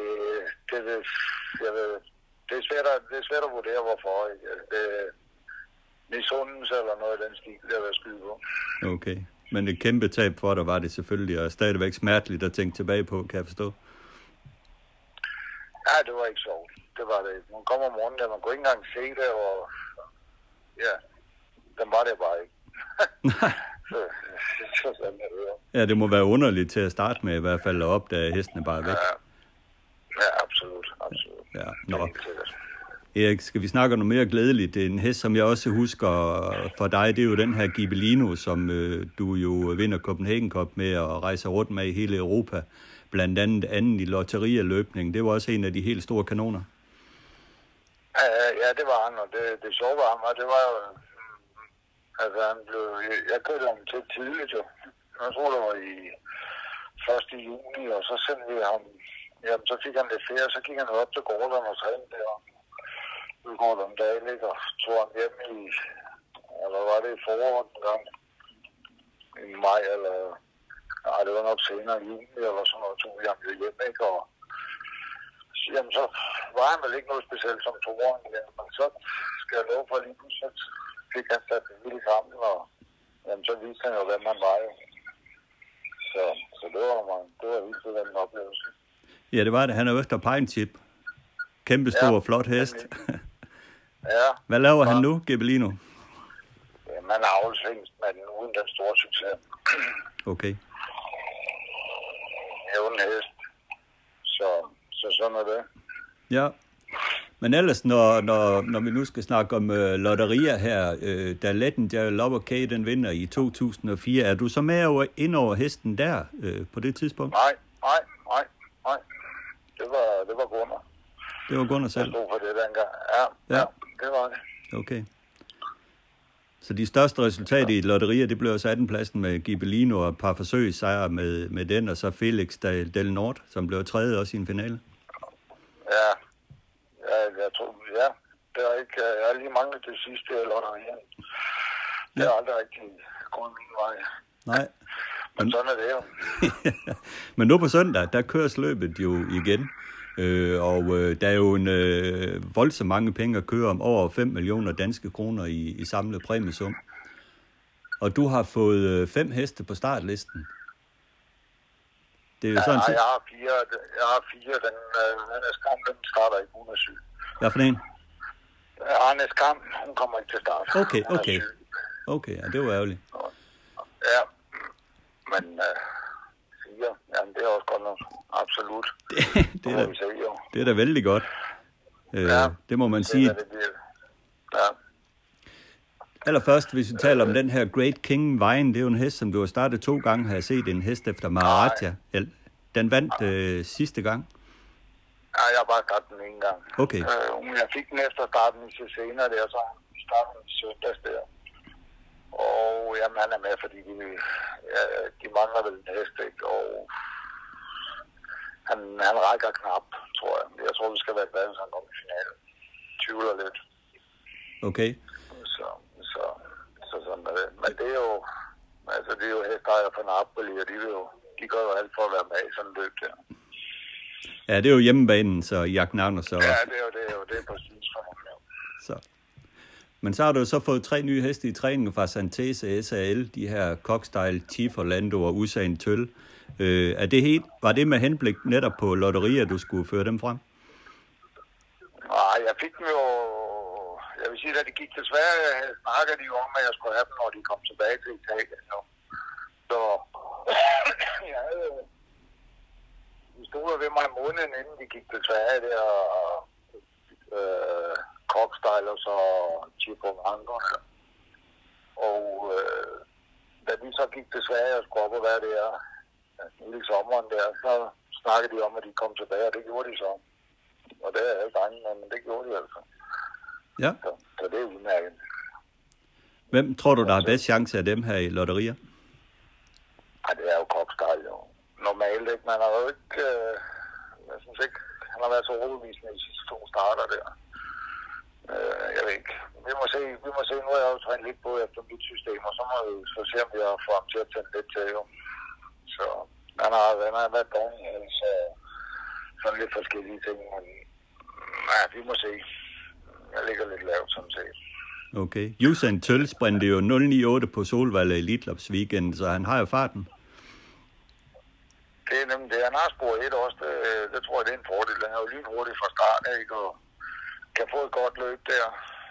Det er svært at vurdere, hvorfor, ikke. Misundelse eller noget af den stil, der var skyde på. Okay. Men et kæmpe tab for dig var det selvfølgelig, og stadigvæk smerteligt at tænke tilbage på, kan jeg forstå? Ja, det var ikke sjovt. Det var det. Man kom om morgenen, der man kunne ikke engang se det, og ja, den var det bare ikke. så sådan er det jo. Ja, det må være underligt til at starte med i hvert fald, at opdage, at hestene bare er væk. Ja, absolut. Ja, nå. Erik, skal vi snakke om noget mere glædeligt? Det er en hest, som jeg også husker for dig, det er jo den her Ghibellino, som du jo vinder Copenhagen Cup med og rejser rundt med i hele Europa. Blandt andet i lotteriløbning. Det var også en af de helt store kanoner. Ja, det var han, og det sjove var ham, og det var jo... Altså, jeg kørte ham til tidligt, jo. Jeg tror, det var i 1. juni, og så sendte vi ham... Jamen, så fik han lidt ferie, så gik han op til Gordon og trænede der. Vi går om dagen, ikke? Og tog ham hjem eller var det i foråret en gang? I maj, eller... Nej, det var nok senere i juni, eller sådan noget, tog vi ham hjem, ikke? Og jamen, så var han vel ikke noget specielt som 2-åring, men så skal jeg love for lige pludselig, så fik han sat det hele sammen, og jamen, så viste han jo, hvem man var, jo. Så det var helt sikkert en oplevelse. Ja, det var det. Han er efter Pine Chip. Kæmpe stor, flot hest. Ja. Hvad laver han nu, Ghibellino? Jamen, han er avlsvingst, men uden den store succes. Okay. Uden hest. Så sådan er det. Ja. Men ellers, når vi nu skal snakke om lotterier her, da Legendary Lover K, den vinder i 2004, er du så med ind over hesten der på det tidspunkt? Nej. Det var Gunnar. Det var Gunnar selv? Jeg stod for det dengang. Ja, det var det. Okay. Så de største resultater i lotterier, det blev så 18. pladsen med Ghibellino og et par forsøgssejre med den, og så Felix Del Nord, som blev tredje også i en finale. Ja, jeg tror, det er ikke, jeg har lige manglet det sidste lotterier. Det er aldrig rigtig gået min vej. Nej. Men sådan er det jo. Men nu på søndag, der køres løbet jo igen. Og der er jo en voldsomt mange penge at køre om, over 5 millioner danske kroner i samlet præmiesum. Og du har fået 5 heste på startlisten. Det er jo sådan set... Jeg har fire. Den Arnes Kamp, den starter ikke, hun er syg. Hvad for en? Arnes Kamp, hun kommer ikke til start. Okay, ja, det var ærgerligt. Ja, men 4, jamen det er også godt nok. Absolut. Det er da vældig godt. Det må man sige. Ja. Allerførst, hvis vi taler om den her Great King Vine, det er jo en hest, som du har startet 2 gange, har jeg set en hest efter Maharaja. Den vandt sidste gang. Ja, jeg har bare startet den en gang. Okay. Jeg fik den efter starten i senere der, så starten i søndags der. Og jamen, han er med, fordi de mangler vel en hest, ikke? Og han rækker knap, tror jeg. Jeg tror, vi skal være glade, hvis han kommer i finalen. Tvivler lidt. Okay. Så sådan er det. Men det er jo, altså det er jo hestejer fra Napoli, og de gør jo alt for at være med i sådan en løb der. Ja, det er jo hjemmebanen, så Jack Navner så... Ja, det er præcis for ham, ja. Så. Men så har du jo så fået 3 nye heste i træningen fra Santese SAL, de her Cockstyle, Chief Orlando og Usain Tøl. Var det med henblik netop på lotterier, du skulle føre dem frem? Nej, jeg fik dem jo... Jeg vil sige, at det gik til Sverige, snakkede de jo om, at jeg skulle have dem, når de kom tilbage til Italien. Så jeg havde... De stod ved mig måneden, inden de gik til Sverige der, Cockstyle og så Chief Orlando. Og da vi så gik til Sverige og skulle op og være der i sommeren der, så snakkede de om, at de kom tilbage, og det gjorde de så. Og det er ikke andet, men det gjorde de altså. Ja. Så det er udmærket. Hvem tror du, der har bedst chance af dem her i lotterier? Ej, det er jo Cockstyle jo. Normalt ikke. Man har jo ikke... jeg synes ikke, han har været så overbevisende i sidste 2 starter der. Jeg ved ikke. Vi må se. Nu har jeg jo trænet lidt på efter mit system, og så må vi så se, om vi har fået ham til at tænde lidt til jo. Så han har været dårlig, så sådan lidt forskellige ting. Men vi må se. Jeg ligger lidt lavt, sådan set. Okay. Usain Tøl sprintede jo 098 på Solvalla Eliteløbs weekend, så han har jo farten. Det er nemlig det. Han har spor 1 også. Det tror jeg, det er en fordel. Han er jo lynhurtig fra start, ikke? Og kan få et godt løb der.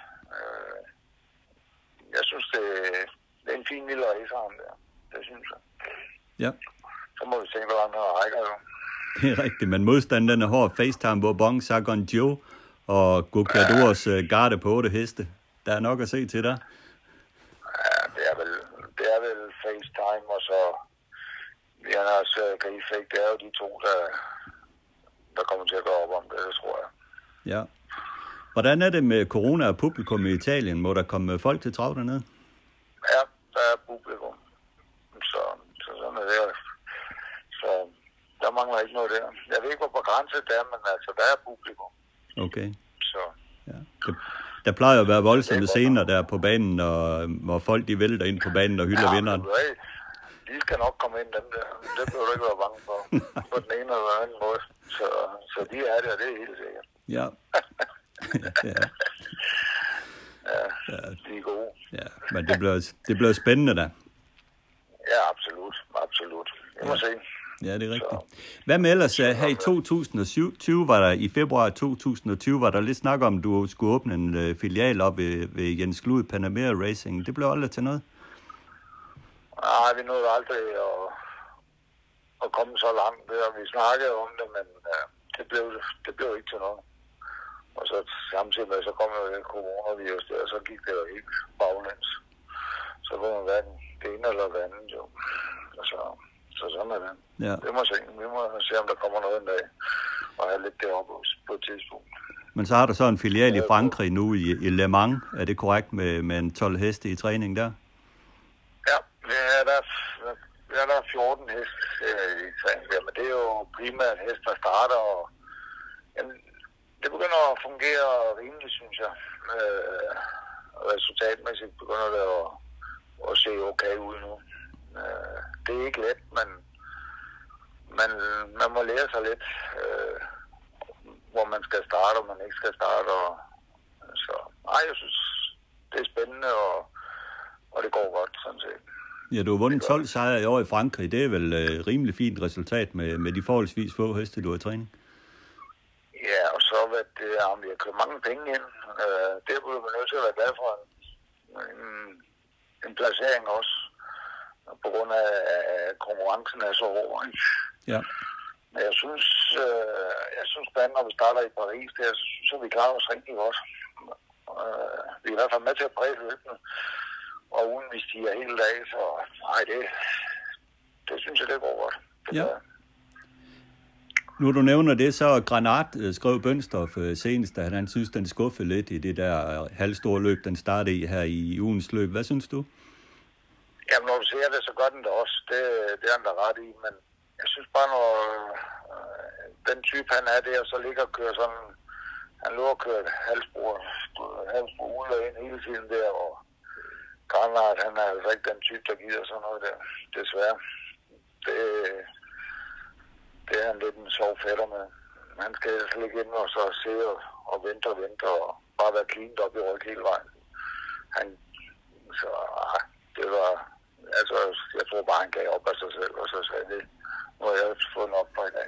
Jeg synes, det er en fin lille race ham der. Det synes jeg. Ja. Så må vi se, hvad andre rækker jo. Det er rigtigt, men modstanden er hård. FaceTime, Bourbon, Sagon Joe og Gokadors garde på 8 heste. Der er nok at se til dig. Ja, det er vel FaceTime, og så Vianas Grifik. Det er jo de 2, der kommer til at gå op om det tror jeg. Ja. Hvordan er det med corona og publikum i Italien? Må der komme folk til trav dernede? Ja, der er publikum. Så sådan er det. Så der mangler ikke noget der. Jeg ved ikke, hvor begrænset det er, men altså, der er publikum. Okay. Så. Ja. Der plejer at være voldsomme scener der på banen, og hvor folk de vælter ind på banen og hylder vinderen. De skal nok komme ind, dem der. Det behøver du ikke være bange for. På den ene eller anden måde. Så de er der, det er helt sikkert. Ja. Ja, de er gode. Ja, men det bliver spændende da. Ja, absolut. Jeg må se. Ja, det er rigtigt. Hvad med ellers her i 2020 var der, i februar 2020, var der lidt snak om, at du skulle åbne en filial op ved Jens Glud Panamera Racing. Det blev aldrig til noget? Nej, vi nåede aldrig at komme så langt der. Vi snakkede om det, men det blev ikke til noget. Og så samtidig med, så kom jo det coronavirus der, og så gik det jo helt baglæns. Så kunne man være det ene eller det andet, jo. Så sådan er det. Ja. Vi må se, om der kommer noget en dag, og have lidt deroppe på et tidspunkt. Men så har der så en filial i Frankrig nu i Le Mans. Er det korrekt med en 12 heste i træning der? Ja, der er 14 heste i træning der, men det er jo primært heste, der starter, og jamen, det begynder at fungere rimeligt, synes jeg. Resultatmæssigt begynder det at se okay ud nu. Det er ikke let, men man må lære sig lidt, hvor man skal starte, og man ikke skal starte. Så jeg synes, det er spændende, og det går godt, sådan set. Ja, du har vundet 12 sejre i år i Frankrig. Det er vel rimelig fint resultat med de forholdsvis få heste, du har i træning? Ja, og så har vi købt mange penge ind. Det burde man nødt til at være glad for en placering også, på grund af konkurrencen er så hård. Ja. Men jeg synes blandt når vi starter i Paris, der, så synes jeg, vi klarer os rigtig godt. Vi er i hvert fald med til at præge løbende, og uden vi stiger hele dagen, så det synes jeg, det går godt. Ja. Nu du nævner det, så Granat skrev Bønstof senest, at han synes, den skuffede lidt i det der halvstore løb, den startede i her i ugens løb. Hvad synes du? Jamen, når du ser det, så gør den det også. Det er han der ret i, men jeg synes bare, når den type han er der, så ligger og kører sådan, han lå at køre halvspor ud og ind hele tiden der, og Granat, han er altså ikke den type, der giver sådan noget der, desværre. Det er han lidt en sov fætter med. Han skal altså ligge inde og så se og vente og bare være cleaned op i ryg hele vejen. Det var, altså, jeg tror bare, han gav op af sig selv, og så sagde det, nu har jeg fået nok for i dag.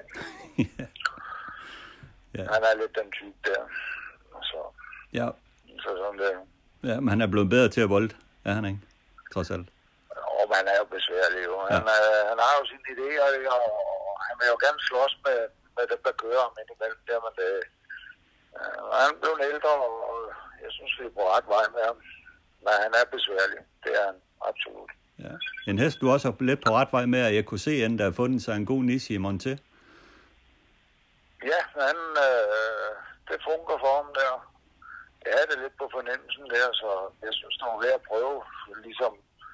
Ja. Han er lidt den type der. Ja. Så sådan det. Ja, men han er blevet bedre til at volde, er han ikke? Trods alt. Og han er jo besværlig, jo. Ja. Han har jo sine idéer, og han vil jo gerne slås med dem, der kører ham indimellem der, men han blev ældre, og jeg synes, vi er på ret vej med ham. Men han er besværlig. Det er han absolut. Ja. En hest, du også har lidt på ret vej med, at jeg kunne se, at der har fundet sig en god niche i Monté. Ja, det fungerer for ham der. Jeg havde det lidt på fornemmelsen der, så jeg synes, det var ved at prøve ligesom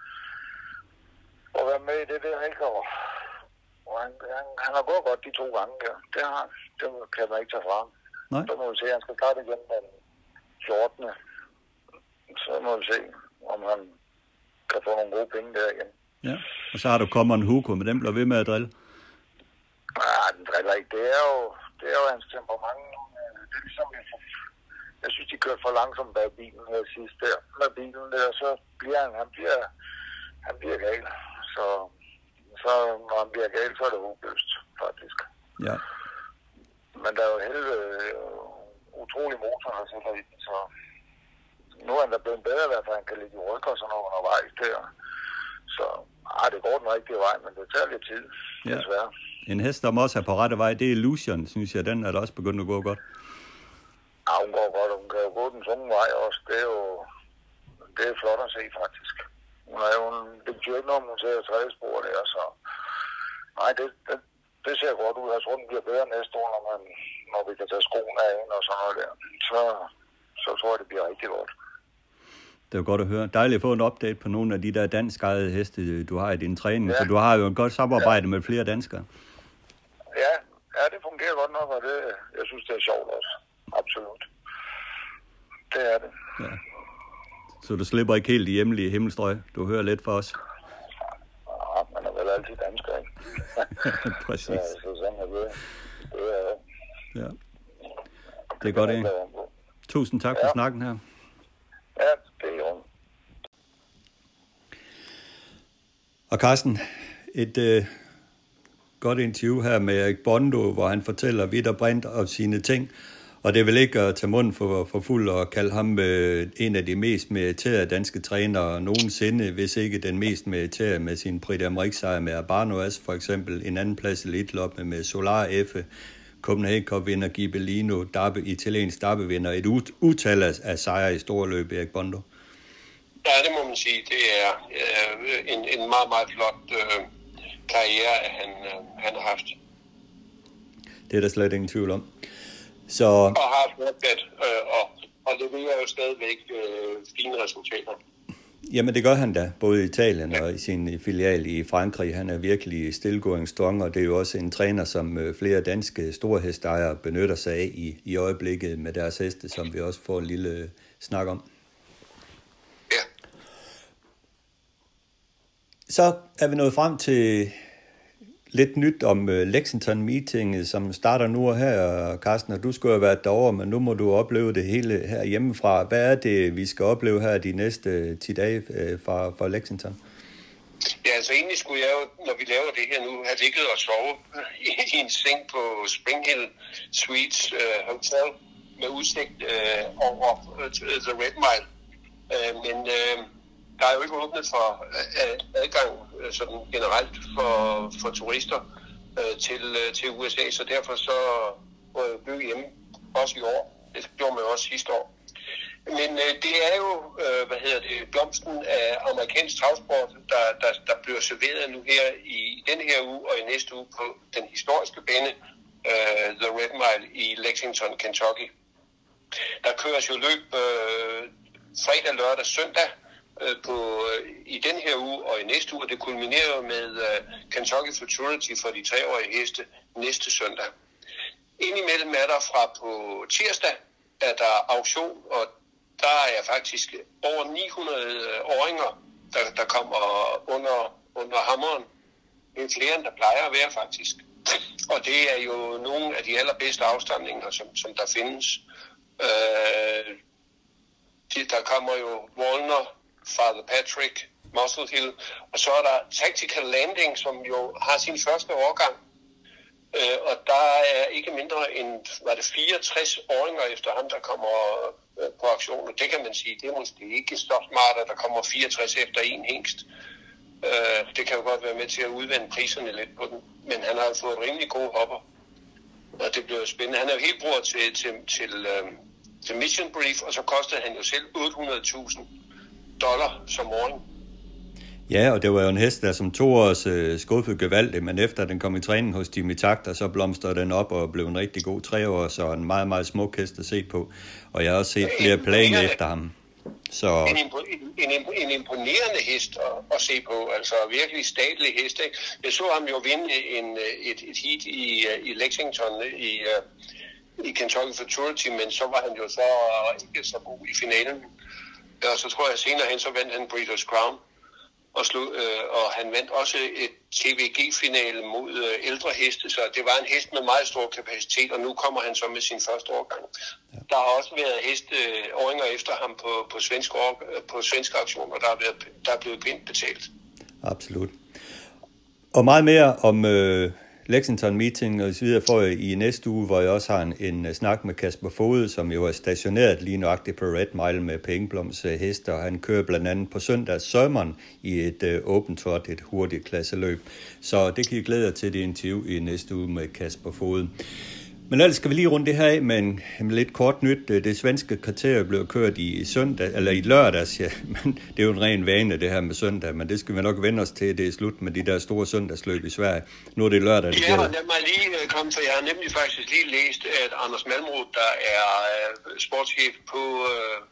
at være med i det der, ikke? Og han har gået godt de 2 gange der. Det kan man ikke tage fra ham. Nej. Så må vi se, at han skal starte igen den 14. Så må vi se, om han kan få nogle gode penge der igen. Ja, og så har du kommet en Hugo, men den bliver ved med at drille. Nej, den driller ikke. Det er jo hans temperament. Det er ligesom, jeg synes, de kørte for langsomt bag bilen her sidst der. Med bilen der, så bliver han bliver gal. Så når han bliver gal, så er det håbløst, faktisk. Ja. Men der er jo utrolig motor, der sætter i den, så nu er han da blevet bedre, i hvert fald han kan ligge i rykker og sådan noget undervejs der. Så det går den rigtige vej, men det tager lidt tid, desværre. En hest, der også er på rette vej, det er Illusion, synes jeg. Den er da også begyndt at gå godt. Ja, hun går godt, og hun kan jo gå den tunge vej også. Det er flot at se, faktisk. Det betyder ikke noget, om hun ser tredje spor der, så nej, det ser godt ud. Jeg tror, den bliver bedre næste år, når vi kan tage skoene af og sådan noget der. Så tror jeg, det bliver rigtig godt. Det er godt at høre. Dejligt at få en update på nogle af de der danskejede heste, du har i din træning. Ja. Så du har jo et godt samarbejde med flere danskere. Ja, det fungerer godt nok, og jeg synes, det er sjovt også. Absolut. Det er det. Ja. Så du slipper ikke helt i hjemlige himmelstrøg. Du hører lidt for os. Ja, man er vel altid dansker, ikke? Præcis. Så sådan er det. Ja. Det er godt, ikke? Tusind tak for snakken her. Ja, det er jo. Og Carsten, et godt interview her med Erik Bondo, hvor han fortæller vidt og brændt om sine ting. Og det er vel ikke at tage munden for fuld og kalde ham en af de mest meriterede danske trænere nogensinde, hvis ikke den mest meriterede med sin Prix d'Amérique sejr med Arbanos for eksempel, en anden plads i eliteloppet med Solar F, Copenhagen-vinder, Ghibellino, italiensk derbyvinder, et utal af sejre i store løb, Erik Bondo. Ja, det må man sige. Det er en meget, meget flot karriere, han har haft. Det er der slet ingen tvivl om. Så... Og har fortsat, og leverer jo stadigvæk fine resultater. Jamen det gør han da, både i Italien og i sin filial i Frankrig. Han er virkelig stillgoing strong, og det er jo også en træner, som flere danske store hesteejere benytter sig af i øjeblikket med deres heste, som vi også får en lille snak om. Ja. Så er vi nået frem til lidt nyt om Lexington-meetinget, som starter nu og her, Carsten, og du skulle have været derovre, men nu må du opleve det hele her hjemmefra. Hvad er det, vi skal opleve her de næste 10 dage fra Lexington? Ja, altså egentlig skulle jeg jo, når vi laver det her nu, have ligget og sovet i en seng på Spring Hill Suites Hotel med udsigt over The Red Mile. Men der er jo ikke åbnet for adgang sådan generelt for turister til USA, så derfor så må jeg blive hjemme også i år. Det gjorde man jo også sidste år. Men det er jo, blomsten af amerikansk travsport, der bliver serveret nu her i denne her uge og i næste uge på den historiske bane, The Red Mile i Lexington, Kentucky. Der køres jo løb fredag, lørdag, søndag i den her uge og i næste uge, og det kulminerer jo med Kentucky Futurity for de 3-årige heste næste søndag. Indimellem er der fra på tirsdag, er der auktion, og der er faktisk over 900 åringer, der kommer under hammeren. Det er flere, end der plejer at være faktisk. Og det er jo nogle af de allerbedste afstamninger, som der findes. Der kommer jo Walner, Father Patrick, Muscle Hill, og så er der Tactical Landing, som jo har sin første årgang. Og der er ikke mindre end 64 åringer efter ham, der kommer på auktion. Og det kan man sige, det er måske ikke så smart, at der kommer 64 efter en hingst. Det kan jo godt være med til at udvande priserne lidt på den. Men han har fået rimelig gode hopper. Og det bliver spændende. Han er jo helt bror til Mission Brief, og så kostede han jo selv $800,000 som åring. Ja, og det var jo en hest, der som 2 års skuffede gevaldigt, men efter den kom i træning hos Jimmy Takter, så blomstrede den op og blev en rigtig god 3-års, så en meget, meget smuk hest at se på. Og jeg har også set flere planer efter ham. Så... En imponerende hest at se på, altså virkelig statlig hest. Ikke? Jeg så ham jo vinde et heat i Lexington i Kentucky Futurity, men så var han jo så ikke så god i finalen. Og så tror jeg senere hen, så vandt han Breeders' Crown. Og han vandt også et TVG-finale mod ældre heste, så det var en hest med meget stor kapacitet, og nu kommer han så med sin første årgang. Ja. Der har også været åringer efter ham på svenske auktioner, der er blevet pænt betalt. Absolut. Og meget mere om Lexington Meeting og så videre får jeg i næste uge, hvor jeg også har en snak med Kasper Foged, som jo er stationeret lige nøjagtigt på Red Mile med Pengebloms hester. Han kører blandt andet på søndag Sømmeren i et open trot, et hurtigt klasseløb. Så det kan I glæde jer til det interview i næste uge med Kasper Foged. Men ellers skal vi lige runde det her af med en lidt kort nyt. Det svenske kriterium blev kørt i lørdags, ja. Men det er jo en ren vane, det her med søndag, men det skal vi nok vende os til, det er slut med de der store søndagsløb i Sverige. Nu er det lørdag, det gælder. Ja, lad mig lige komme, for jeg har nemlig faktisk lige læst, at Anders Malmroth, der er sportschef på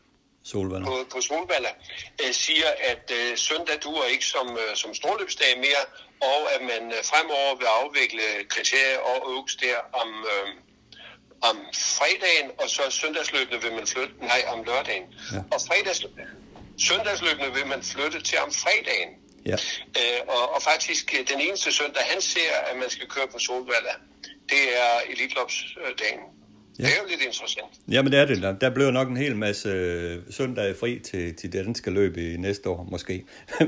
Solvalla, siger, at søndag duer ikke som storløbsdag mere, og at man fremover vil afvikle kriterier og Oaks der om fredagen, og så søndagsløbene vil man flytte, om lørdagen. Ja. Og søndagsløbene vil man flytte til om fredagen. Ja. Og faktisk den eneste søndag, han ser, at man skal køre på Solvalla, det er Eliteløbsdagen. Ja. Det er jo lidt interessant. Jamen det er det. Der bliver nok en hel masse søndage fri til det danske løb i næste år, måske.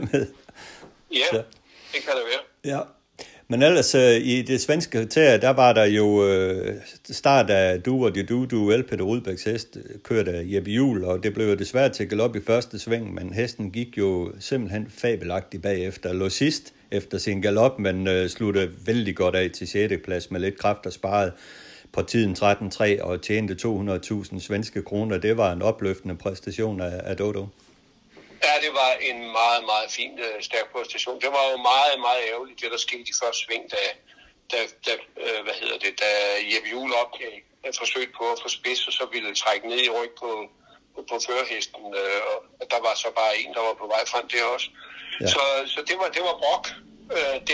Ja, så. Det kan det være. Ja. Men ellers i det svenske kriterie, der var der jo start af Duel Peter Rudbæks hest, kørte af Jeppe Juhl, og det blev jo desværre tækket op i første sving, men hesten gik jo simpelthen fabelagtigt bagefter. Lå sidst efter sin galop, men sluttede vældig godt af til 6. plads med lidt kræfter sparet. på tiden 13.3 og tjente 200.000 svenske kroner. Det var en opløftende præstation af Dodo. Ja, det var en meget, meget fin, stærk præstation. Det var jo meget, meget ærgerligt, det der skete i første sving, da Jeppe Juhl opgav et forsøg på at få spids, og så ville trække ned i ryg på førerhesten, og der var så bare en, der var på vej frem der også. Ja. Så det var brok. Det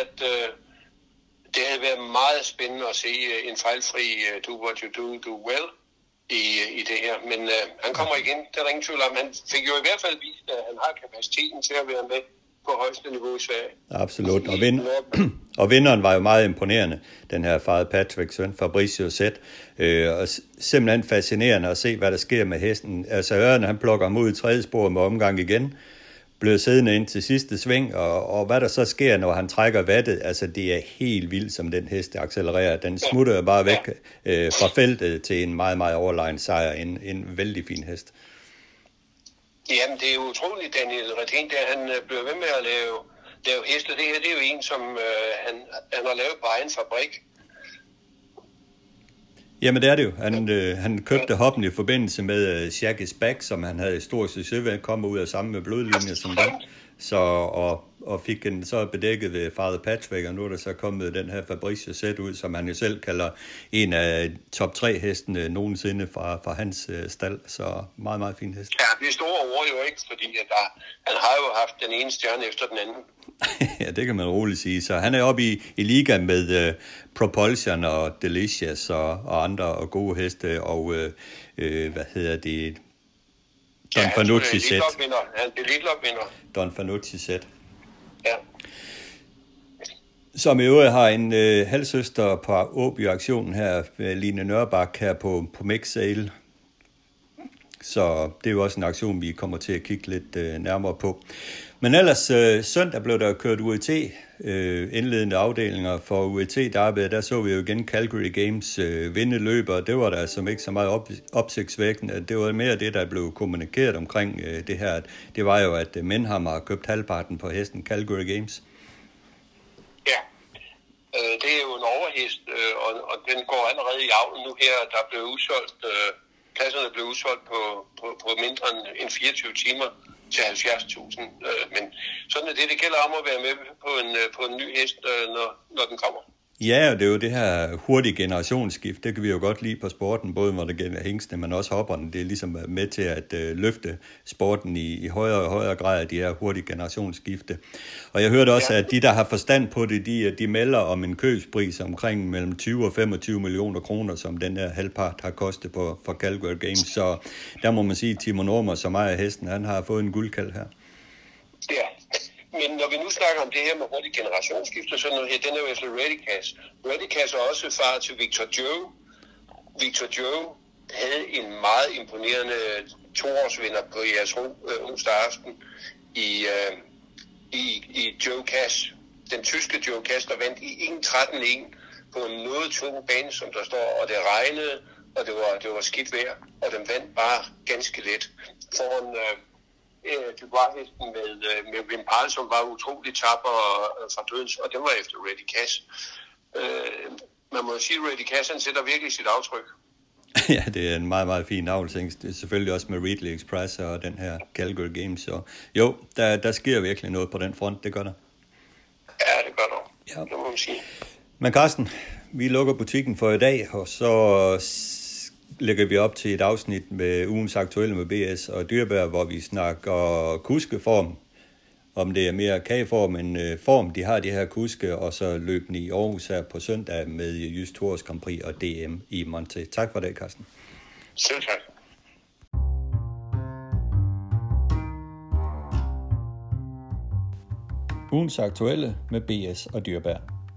havde været meget spændende at se en fejlfri do what you do well i det her, men han kommer igen, der er ingen tvivl om. Han fik jo i hvert fald vist, at han har kapaciteten til at være med på højeste niveau i Sverige. Absolut, og vinderen var jo meget imponerende, den her Father Patrick søn, Fabricio Zet. Og simpelthen fascinerende at se, hvad der sker med hesten. Altså Ørne, han plukker ham ud i tredje spor med omgang igen, blev siddende ind til sidste sving, og hvad der så sker, når han trækker vattet, altså det er helt vildt, som den hest accelererer. Den smutter jo bare væk fra feltet til en meget, meget overlegen sejr. En vældig fin hest. Jamen, det er jo utroligt, Daniel Redén, der han bliver ved med at lave heste. Det her, det er jo en, som han har lavet på egen fabrik. Jamen, det er det jo. Han købte hoppen i forbindelse med Shaggy's Back, som han havde stor succes ved, komme ud af samme med blodlinje som den. Og fik den så bedækket ved Father Patrick, og nu er der så kommet den her Fabricio Zet ud, som han jo selv kalder en af top 3 hestene nogensinde fra hans stald. Så meget, meget fin hest. Ja, det er store ord jo ikke, fordi han har jo haft den ene stjerne efter den anden. Ja, det kan man roligt sige. Så han er oppe i liga med Propulsion og Delicious og andre og gode heste, og Don Fanucci Zet. Han er elitelopvinder. Don Fanucci Zet. Ja. Som i øvrigt har en halvsøster på Åby-aktionen her, Line Nørbak, her på Mix Sale. Så det er jo også en aktion, vi kommer til at kigge lidt nærmere på. Men ellers søndag blev der kørt UET, indledende afdelinger for UET-derbyet. Der så vi jo igen Calgary Games vindeløber. Det var der som ikke så meget opsigtsvækkende. Det var mere det, der blev kommunikeret omkring det her. Det var jo, at Menhammer har købt halvparten på hesten Calgary Games. Ja, det er jo en overhest, og den går allerede i avlen nu her. Der blev udsolgt, pladserne blev udsolgt på mindre end 24 timer til 70.000. Men sådan er det. Det gælder om at være med på en ny hest, når den kommer. Ja, og det er jo det her hurtige generationsskift. Det kan vi jo godt lide på sporten, både når det gælder hængstene, men også hopperne. Det er ligesom med til at løfte sporten i højere og højere grad af de her hurtige generationsskifte. Og jeg hørte også, at de, der har forstand på det, de melder om en købspris omkring mellem 20 og 25 millioner kroner, som den her halvpart har kostet for Calgary Games. Så der må man sige, at Timo Normer, som ejer hesten, han har fået en guldkald her. Ja. Men når vi nu snakker om det her med hurtigt generationsskifte, så noget her, den er jo efter Redicas. Redicas er også far til Victor Joe. Victor Joe havde en meget imponerende toårsvinder på jeres onsdag aften i Joe Cash. Den tyske Joe Cash, der vandt i 1.13.1 på en noget tung bane, som der står, og det regnede, og det var skidt vejr, og den vandt bare ganske let foran Dubois-hesten med Wim Parl, som var utrolig tapper fra dødens, og det var efter Reddy Cash. Man må sige, at Reddy Cash, han sætter virkelig sit aftryk. Ja, det er en meget, meget fin avlsængst. Det er selvfølgelig også med Ridley Express og den her Calgary Games. Så jo, der sker virkelig noget på den front, det gør der. Ja, det gør der. Ja. Det må man sige. Men Carsten, vi lukker butikken for i dag, og så lægger vi op til et afsnit med ugens aktuelle med BS og Dyrebær, hvor vi snakker kuskeform. Om det er mere kageform end form, de har de her kuske, og så løbende i Aarhus her på søndag med Jysk Tours Grand Prix og DM i Monte. Tak for det, Carsten. Selv tak. Ugens aktuelle med BS og Dyrebær.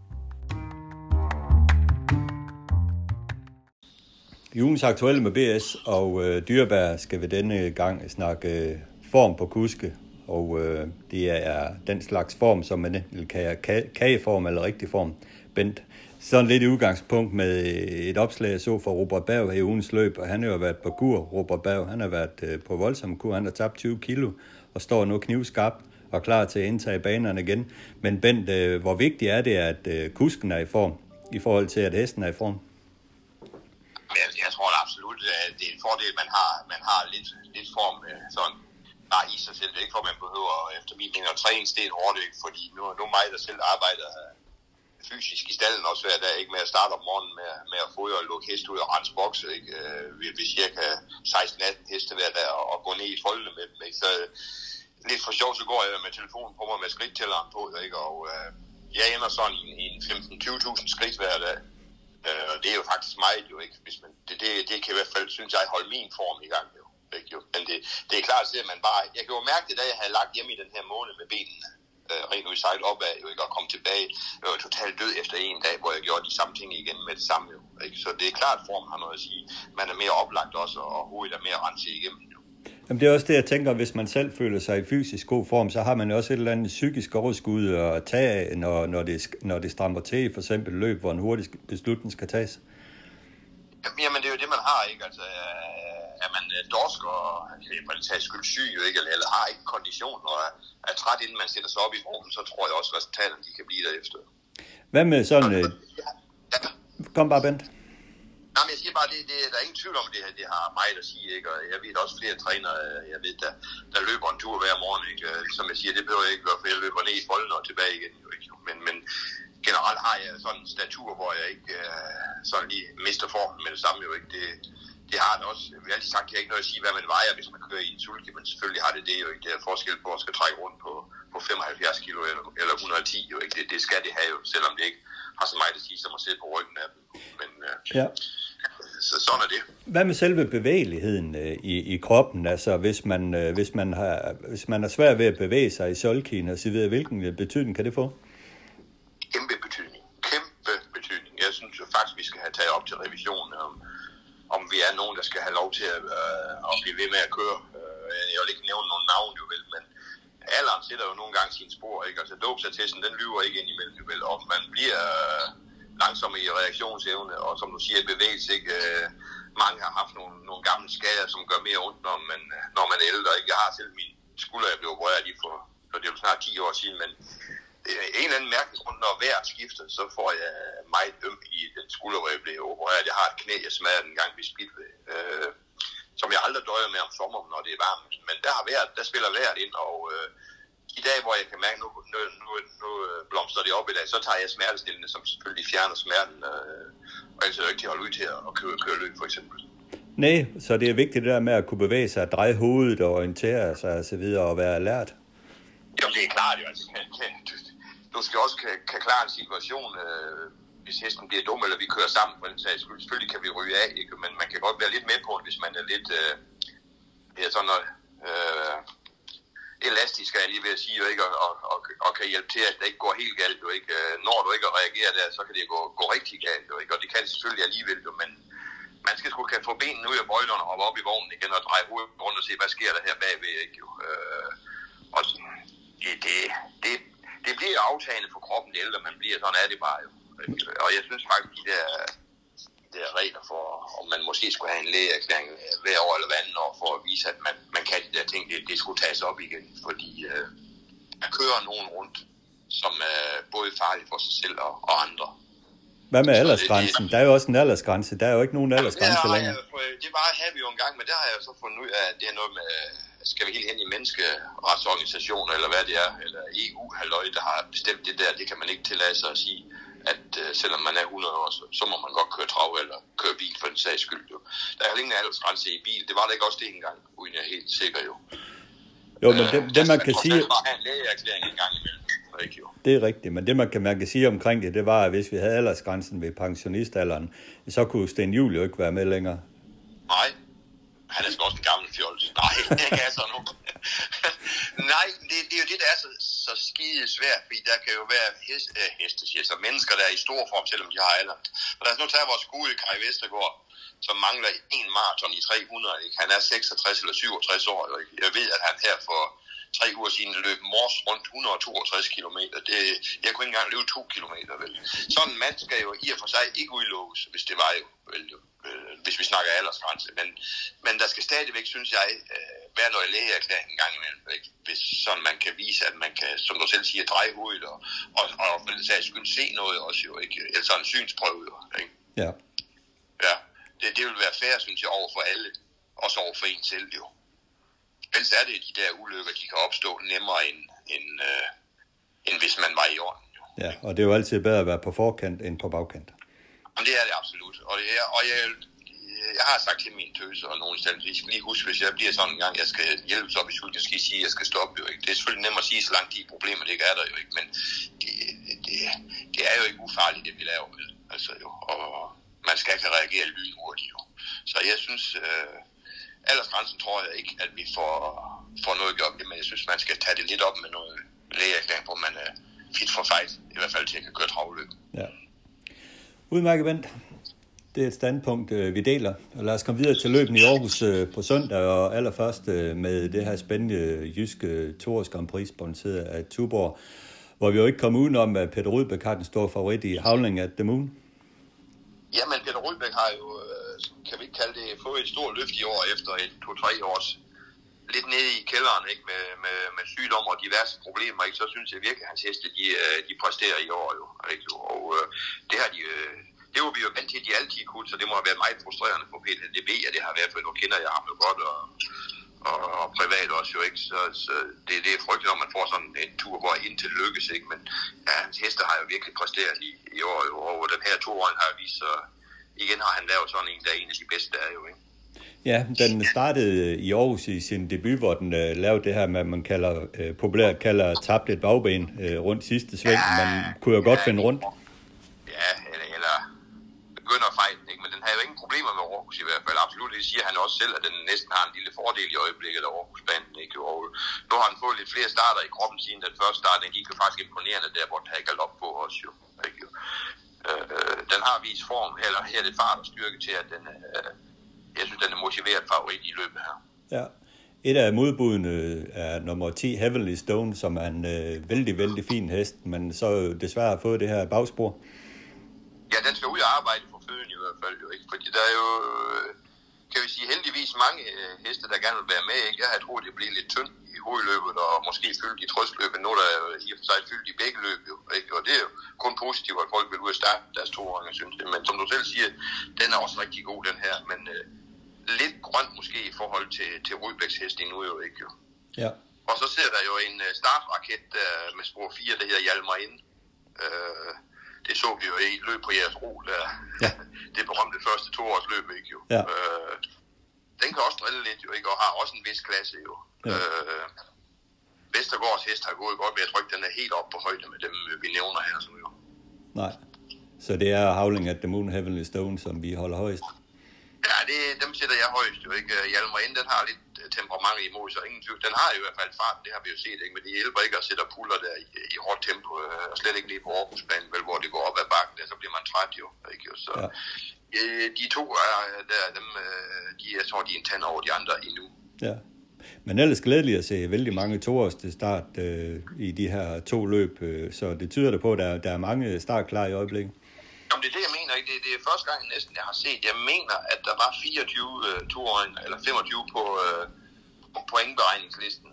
I ugens aktuelle med BS og Dyrebær skal vi denne gang snakke form på kuske, og det er den slags form, som man enten kan kageform eller rigtig form. Bent, sådan lidt i udgangspunkt med et opslag, jeg så fra Robert Berg i ugens løb, og han har jo været på kur, Robert Berg. Han har været på voldsom kur, han har tabt 20 kilo og står nu knivskarp og klar til at indtage banerne igen. Men Bent, hvor vigtigt er det, at kusken er i form, i forhold til at hesten er i form? det er en fordel, man har lidt form sådan bare i sig selv. Det er ikke for, at man behøver efter min mening at træne sten hårdt, ikke? Fordi nu mig, der selv arbejder fysisk i stallen også hver dag, ikke, med at starte om morgenen med at fodre og lukke heste ud og rense bokse, ikke, ved cirka 16-18 heste hver dag og gå ned i foldene med dem, ikke, så lidt for sjov, så går jeg med telefonen på mig med skridttælleren på, ikke, og jeg ender sådan i en 15-20.000 skridt hver dag, og det er jo faktisk meget jo, ikke, hvis man, det kan i hvert fald, synes jeg, holde min form i gang, jo, ikke, jo. Men det er klart at man bare, jeg kan jo mærke det, da jeg havde lagt hjemme i den her måned med benene, rent ud sejlet opad, jo ikke, og komme tilbage. Jeg var totalt død efter en dag, hvor jeg gjorde de samme ting igen med det samme, jo, ikke? Så det er klart, at form har noget at sige. Man er mere oplagt også, og hovedet er mere renset igennem, jo. Jamen det er også det, jeg tænker, hvis man selv føler sig i fysisk god form, så har man også et eller andet psykisk overskud at tage af, når det strammer til, for eksempel løb, hvor en hurtig beslutning skal tages. Jamen det er jo det, man har, ikke? Altså, er man dorsk og for det tages skyld syg, jo ikke? Eller har ikke kondition og er træt, inden man sætter sig op i formen, så tror jeg også, at resultaterne de kan blive derefter. Hvad med sådan... Kom bare, Bent. Nej, men jeg siger bare, der er ingen tvivl om, det har meget at sige, ikke? Og jeg ved også flere trænere, jeg ved, der løber en tur hver morgen, ikke? Som jeg siger, det behøver jeg ikke gøre, for jeg løber ned i folden og tilbage igen, jo ikke? Men generelt har jeg sådan en statur, hvor jeg ikke sådan lige mister formen med det samme, jo ikke? Det har det også. Vi har altid sagt, at jeg ikke noget at sige, hvad man vejer, hvis man kører i en sulke, men selvfølgelig har det jo ikke. Det er forskel på, at skal trække rundt på 75 kilo eller 110, jo ikke. Det skal det have jo, selvom det ikke har så meget at sige, som at sidde på ryggen af dem. Men ja. Så sådan er det. Hvad med selve bevægeligheden i kroppen? Altså, hvis man er svær ved at bevæge sig i solkien og så videre, hvilken betydning kan det få? Kæmpe betydning. Jeg synes jo faktisk, vi skal have taget op til revision, om vi er nogen, der skal have lov til at blive ved med at køre. Jeg vil ikke nævne nogen navn, jo vel, men alderen sætter jo nogle gange sine spor, ikke? Altså dopsattesten, den lyver ikke ind imellem, jo vel, og man bliver langsom i reaktionsevne, og som du siger, bevægelse, ikke? Mange har haft nogle gamle skader, som gør mere ondt, når man er ældre, ikke? Jeg har selv min skulder, jeg blev opereret lige for det er jo snart 10 år siden, men en eller anden mærkelig grund, når vejret skifter, så får jeg meget øm i den skulder, hvor jeg blev opereret. Jeg har et knæ, jeg smadrer en gang ved Speedway, som jeg aldrig døjer med om sommeren, når det er varmt. Men der spiller vejret ind, og i dag, hvor jeg kan mærke, nu blomstrer det op i dag, så tager jeg smertestillende, som selvfølgelig fjerner smerten, og ellers er det ikke til at holde ud til at køre løb, for eksempel. Nej, så det er vigtigt det der med at kunne bevæge sig, dreje hovedet og orientere sig og så videre og være alert. Jo, det er klart jo. Altså, du skal også kan klare en situation, hvis hesten bliver dum, eller vi kører sammen for den sags skyld. Selvfølgelig kan vi ryge af, ikke? Men man kan godt være lidt med på det, hvis man er lidt sådan noget, elastisk, er jeg lige ved at sige, jo, ikke? Og kan hjælpe til, at det ikke går helt galt. Jo, ikke? Når du ikke reagerer der, så kan det gå rigtig galt. Jo, ikke? Og det kan det selvfølgelig alligevel, jo, men man skal sgu kan få benene ud af bøjlerne og hoppe op i vognen igen og dreje hovedet rundt og se, hvad sker der her bagved, ikke? Jo? Og det bliver aftagende for kroppen, det ældre man bliver, sådan er det bare jo. Og jeg synes faktisk, de der regler for, om man måske skulle have en lægeerklæring hver år eller hver anden år, for at vise, at man kan de der ting, det skulle tages op igen, fordi der kører nogen rundt, som er både farlige for sig selv og andre. Hvad med aldersgrænsen? Der er jo også en aldersgrænse. Der er jo ikke nogen aldersgrænse længere. Det havde vi jo engang, men der har jeg så fundet ud af, at det er noget med, skal vi helt hen i menneskeretsorganisationer, eller hvad det er, eller EU-halløj, der har bestemt det der. Det kan man ikke tillade sig at sige, at selvom man er 100 år, så må man godt køre trav eller køre bil for den sags skyld. Jo. Der er jo ingen aldersgrænse i bil. Det var der ikke også det engang, uden jeg er helt sikker jo. Jo, men det man kan sige... Man bare have en lægeerklæring en gang imellem. Det er rigtigt, men det man kan sige omkring det var, at hvis vi havde aldersgrænsen ved pensionistalderen, så kunne Sten Juhl jo ikke være med længere. Nej, han er sgu også en gammel fjols. Nej, det kan jeg så nu. Nej, det er jo det, der er så skide svært, fordi der kan jo være så mennesker, der er i stor form, selvom de har alderen. Lad os nu tage vores gode Kai Vestergaard, som mangler en maraton i 300. Ikke? Han er 66 eller 67 år. Ikke? Jeg ved, at han her for 3 uger siden løb mors rundt 162 kilometer. Jeg kunne ikke engang løbe 2 kilometer, vel. Sådan en mand skal jo i og for sig ikke udelukkes, hvis det var jo, vel, hvis vi snakker aldersgrænse. Men der skal stadigvæk, synes jeg, være noget lægeerklæring en gang imellem, ikke? Hvis sådan man kan vise, at man kan, som du selv siger, dreje hovedet og for den sags skyld se noget også jo, ikke? Eller sådan en synsprøve jo, ikke? Ja. Ja. det vil være fair, synes jeg, over for alle. Også over for en selv, jo. Ellers er det de der ulykker, de kan opstå nemmere, end hvis man var i orden. Jo. Ja, og det er jo altid bedre at være på forkant end på bagkant. Men det er det absolut. Og jeg har sagt til mine tøser og nogen selv, I skal lige huske, hvis jeg bliver sådan en gang, jeg skal hjælpes op i skylden, jeg skal sige, at jeg skal stoppe jo ikke. Det er selvfølgelig nemt at sige, så langt de problemer, det ikke er der jo ikke, men det er jo ikke ufarligt, det vi laver med. Altså jo, og man skal ikke reagere lynhurtigt jo. Så jeg synes, aldersgrænsen tror jeg ikke, at vi får noget gjort det, men jeg synes, man skal tage det lidt op med noget lægeerklæring, hvor man er fit for fight, i hvert fald til at køre travløb. Ja. Udmærket, Bent. Det er et standpunkt, vi deler. Og lad os komme videre til løben i Aarhus på søndag, og allerførst med det her spændende jyske Tours Grand Prix, sponsoreret af Tuborg, hvor vi jo ikke kom udenom, at Peter Rudbæk har den store favorit i Howling at the Moon. Jamen, Peter Rudbæk har jo, kan vi ikke kalde det, fået et stort løft i år efter 2-3 års lidt nede i kælderen, ikke, med sygdom og diverse problemer, ikke, så synes jeg virkelig, at hans heste, de præsterer i år jo, ikke, og det har de det var vi jo vant til, at de altid kunne, så det må have været meget frustrerende for Peter. Det ved jeg, det har været, for nu kender jeg ham jo godt, og privat også jo ikke, så det er frygteligt, når man får sådan en tur, hvor indtil lykkes, ikke, men ja, hans heste har jo virkelig præsteret i år, jo, og den her 2 år har vist, så igen har han lavet sådan en, der er en af de bedste, der er jo, ikke. Ja, den startede i Aarhus i sin debut, hvor den lavede det her med, man populært kalder tabt et bagben rundt sidste sving. Man kunne jo godt finde rundt. Ja, eller begynder at fejle den, ikke? Men den har jo ingen problemer med Aarhus i hvert fald. Absolut, det siger han også selv, at den næsten har en lille fordel i øjeblikket af Aarhusbanen, ikke? Og nu har han fået lidt flere starter i kroppen siden den første start. Den gik jo faktisk imponerende der, hvor den havde galop på os jo, ikke? Den har vist form, eller her det fart og styrke til, at den jeg synes, den er motiveret favorit i løbet her. Ja. Et af modbudene er nummer 10, Heavenly Stone, som er en vældig, vældig fin hest, men så desværre har fået det her bagspor. Ja, den skal ud og arbejde for føden i hvert fald jo, ikke? Fordi der er jo, kan vi sige, heldigvis mange heste, der gerne vil være med, ikke? Jeg havde troet, det blev lidt tyndt i hovedløbet, og måske fyldt i trøstløbet. Nu er der i og for sig fyldt i begge løb, jo, ikke? Og det er jo kun positivt, at folk vil ud og starte deres 2-åringer, synes jeg. Men som du selv siger, den er også rigtig god, den her, men lidt grønt måske i forhold til Rudbæks hest endnu jo, ikke jo. Ja. Og så ser der jo en startraket med spor 4, der hedder Hjalmar Ind. Det så vi jo i løb på jeres ro, der ja. Det berømte første 2-års løb, ikke jo. Ja. Den kan også drille lidt jo, ikke, og har også en vis klasse jo. Ja. Vestergaards hest har gået godt, men jeg tror ikke, den er helt oppe på højde med dem, vi nævner her så jo. Nej, så det er Howling at the Moon, Heavenly Stone, som vi holder højst. Ja, dem sætter jeg højst jo, ikke. Hjalmar Ind, den har lidt temperament imod sig, ingen tvivl. Den har i hvert fald fart, det har vi jo set, ikke, men det hjælper ikke at sætte puller der i hårdt tempo, og slet ikke lige på Aarhusbanen, vel, hvor det går op ad bakken, så bliver man træt jo, ikke. Så ja. De to er der, jeg tror, de er en tand over de andre endnu. Ja. Men ellers glædeligt at se vældig mange toårs til start i de her 2 løb, så det tyder det på, at der er mange start klar i øjeblikket. Jamen, det er det, jeg mener, ikke? Det er første gang næsten, jeg har set. Jeg mener, at der var 24 toåringer, eller 25 på pointberegningslisten.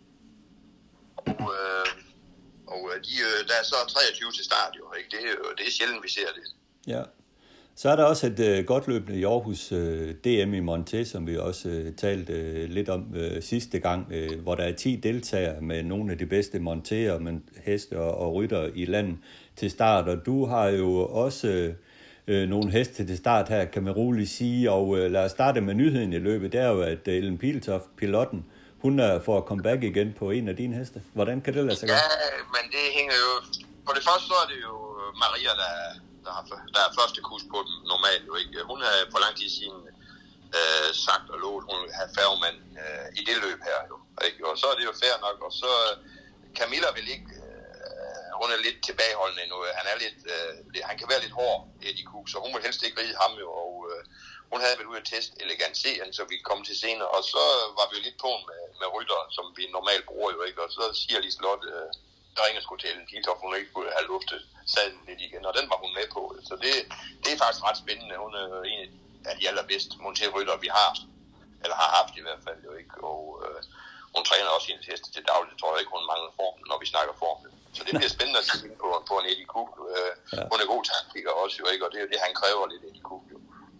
Og der er så 23 til start, jo, ikke? Det er sjældent, vi ser det. Ja. Så er der også et godt løbende i Aarhus DM i Monté, som vi også talte lidt om sidste gang, hvor der er 10 deltagere med nogle af de bedste Montéer, men heste og rytter i landet til start. Og du har jo også nogle heste til start her, kan man roligt sige. Og lad os starte med nyheden i løbet. Det er jo, at Ellen Piltoft, piloten, hun er for at komme back igen på en af dine heste. Hvordan kan det lade sig gøre? Ja, men det hænger jo... På det første så er det jo Maria, der er første kus på den normalt jo, ikke. Hun har for lang tid siden sagt og lovet, hun vil have færgemand i det løb her jo, ikke. Og så er det jo fair nok, og så Camilla vil ikke, hun er lidt tilbageholdende nu. Han er lidt, han kan være lidt hård, Eddie Cook, så hun vil helst ikke ride ham jo, og hun havde vel ude at teste eleganceren, så vi kom til senere, og så var vi jo lidt på med rytter, som vi normalt bruger jo, ikke. Og så siger Liselotte, der ringer sgu til Ellen Piltoft, hun ikke kunne have luftet sadlen lidt igen, og den var hun med på. Så det er faktisk ret spændende. Hun er en af de allerbedste monterrytter, vi har, eller har haft i hvert fald jo, ikke. Og hun træner også hendes heste til dagligt. Jeg tror ikke, hun mangler form, når vi snakker form. Så det bliver spændende at se på en Eddie Cook. Hun er god taktiker også jo, ikke, og det er jo det, han kræver lidt, Eddie Cook jo.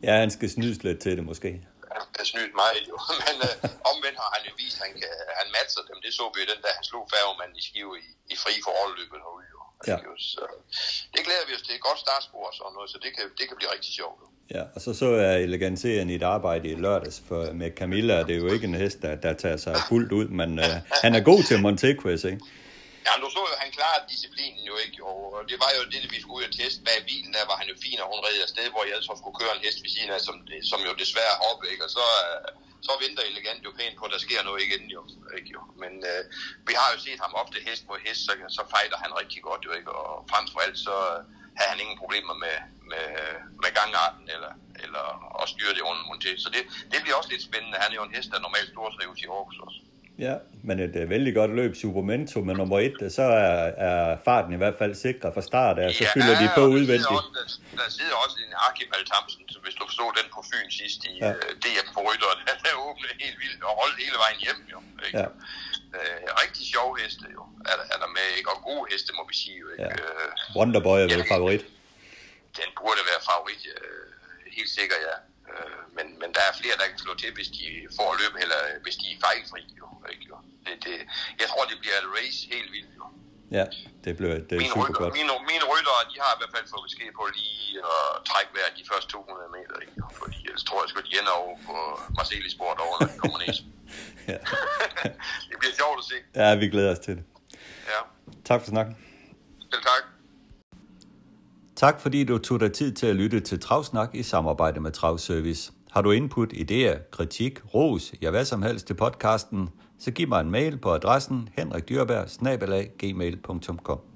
Ja, han skal snydes lidt til det måske. Han kan snyde meget jo, men omvendt har han jo vist, at han matcher dem. Det så vi den, da han slog Færgemanden i Skive i fri for overløbet herude jo. Ja. Så det glæder vi os til. Et godt startspor og sådan noget, så det kan blive rigtig sjovt. Jo. Ja, og så jeg Eleganceren i et arbejde i lørdags med Camilla. Det er jo ikke en hest, der tager sig fuldt ud, men han er god til Montequez, ikke? Ja, du så jo, han klarede disciplinen jo ikke, og det var jo det, vi skulle ud og teste bag bilen, der var han jo fin, og hun redde afsted, hvor jeg så skulle køre en hest ved siden af, som jo desværre hoppede, ikke? Og så venter Elegant jo pænt på, at der sker noget igen, jo. Ikke, jo. Men vi har jo set ham ofte hest mod hest, så fejler han rigtig godt, jo, ikke? Og frem for alt, så havde han ingen problemer med gangarten, eller at styre det under Monté. Så det bliver også lidt spændende. Han er jo en hest, der normalt stortrives i Aarhus også. Ja, men et vældig godt løb, Supermento med nummer 1, så er farten i hvert fald sikret fra start af, så fylder de på udvendigt. Der sidder også en Archibald Thamsen, hvis du forstod den på Fyn sidst i DM på Rytteren, der åbnede helt vildt og holdt hele vejen hjem, jo. Ikke? Ja. Rigtig sjove heste, jo, er der med, ikke? Og gode heste, må vi sige, jo, ikke? Ja. Wonderboy er vel favorit? Den burde være favorit, helt sikkert, ja. Men der er flere, der kan slå til, hvis de får løb, eller hvis de er fejlfri, jo. Ikke, jo. Jeg tror, det bliver et race helt vildt, jo. Ja, det bliver super godt. Mine ryttere, de har i hvert fald fået besked på lige at trække hver de første 200 meter, ikke? Fordi ellers tror jeg, at de ender over på Marseille Sport over, når de kommer ned. Ja. Det bliver sjovt at se. Ja, vi glæder os til det. Ja. Tak for snakken. Selv tak. Tak fordi du tog dig tid til at lytte til Travsnak i samarbejde med Travservice. Har du input, idéer, kritik, ros, ja hvad som helst til podcasten, så giv mig en mail på adressen henrikdyrberg@gmail.com.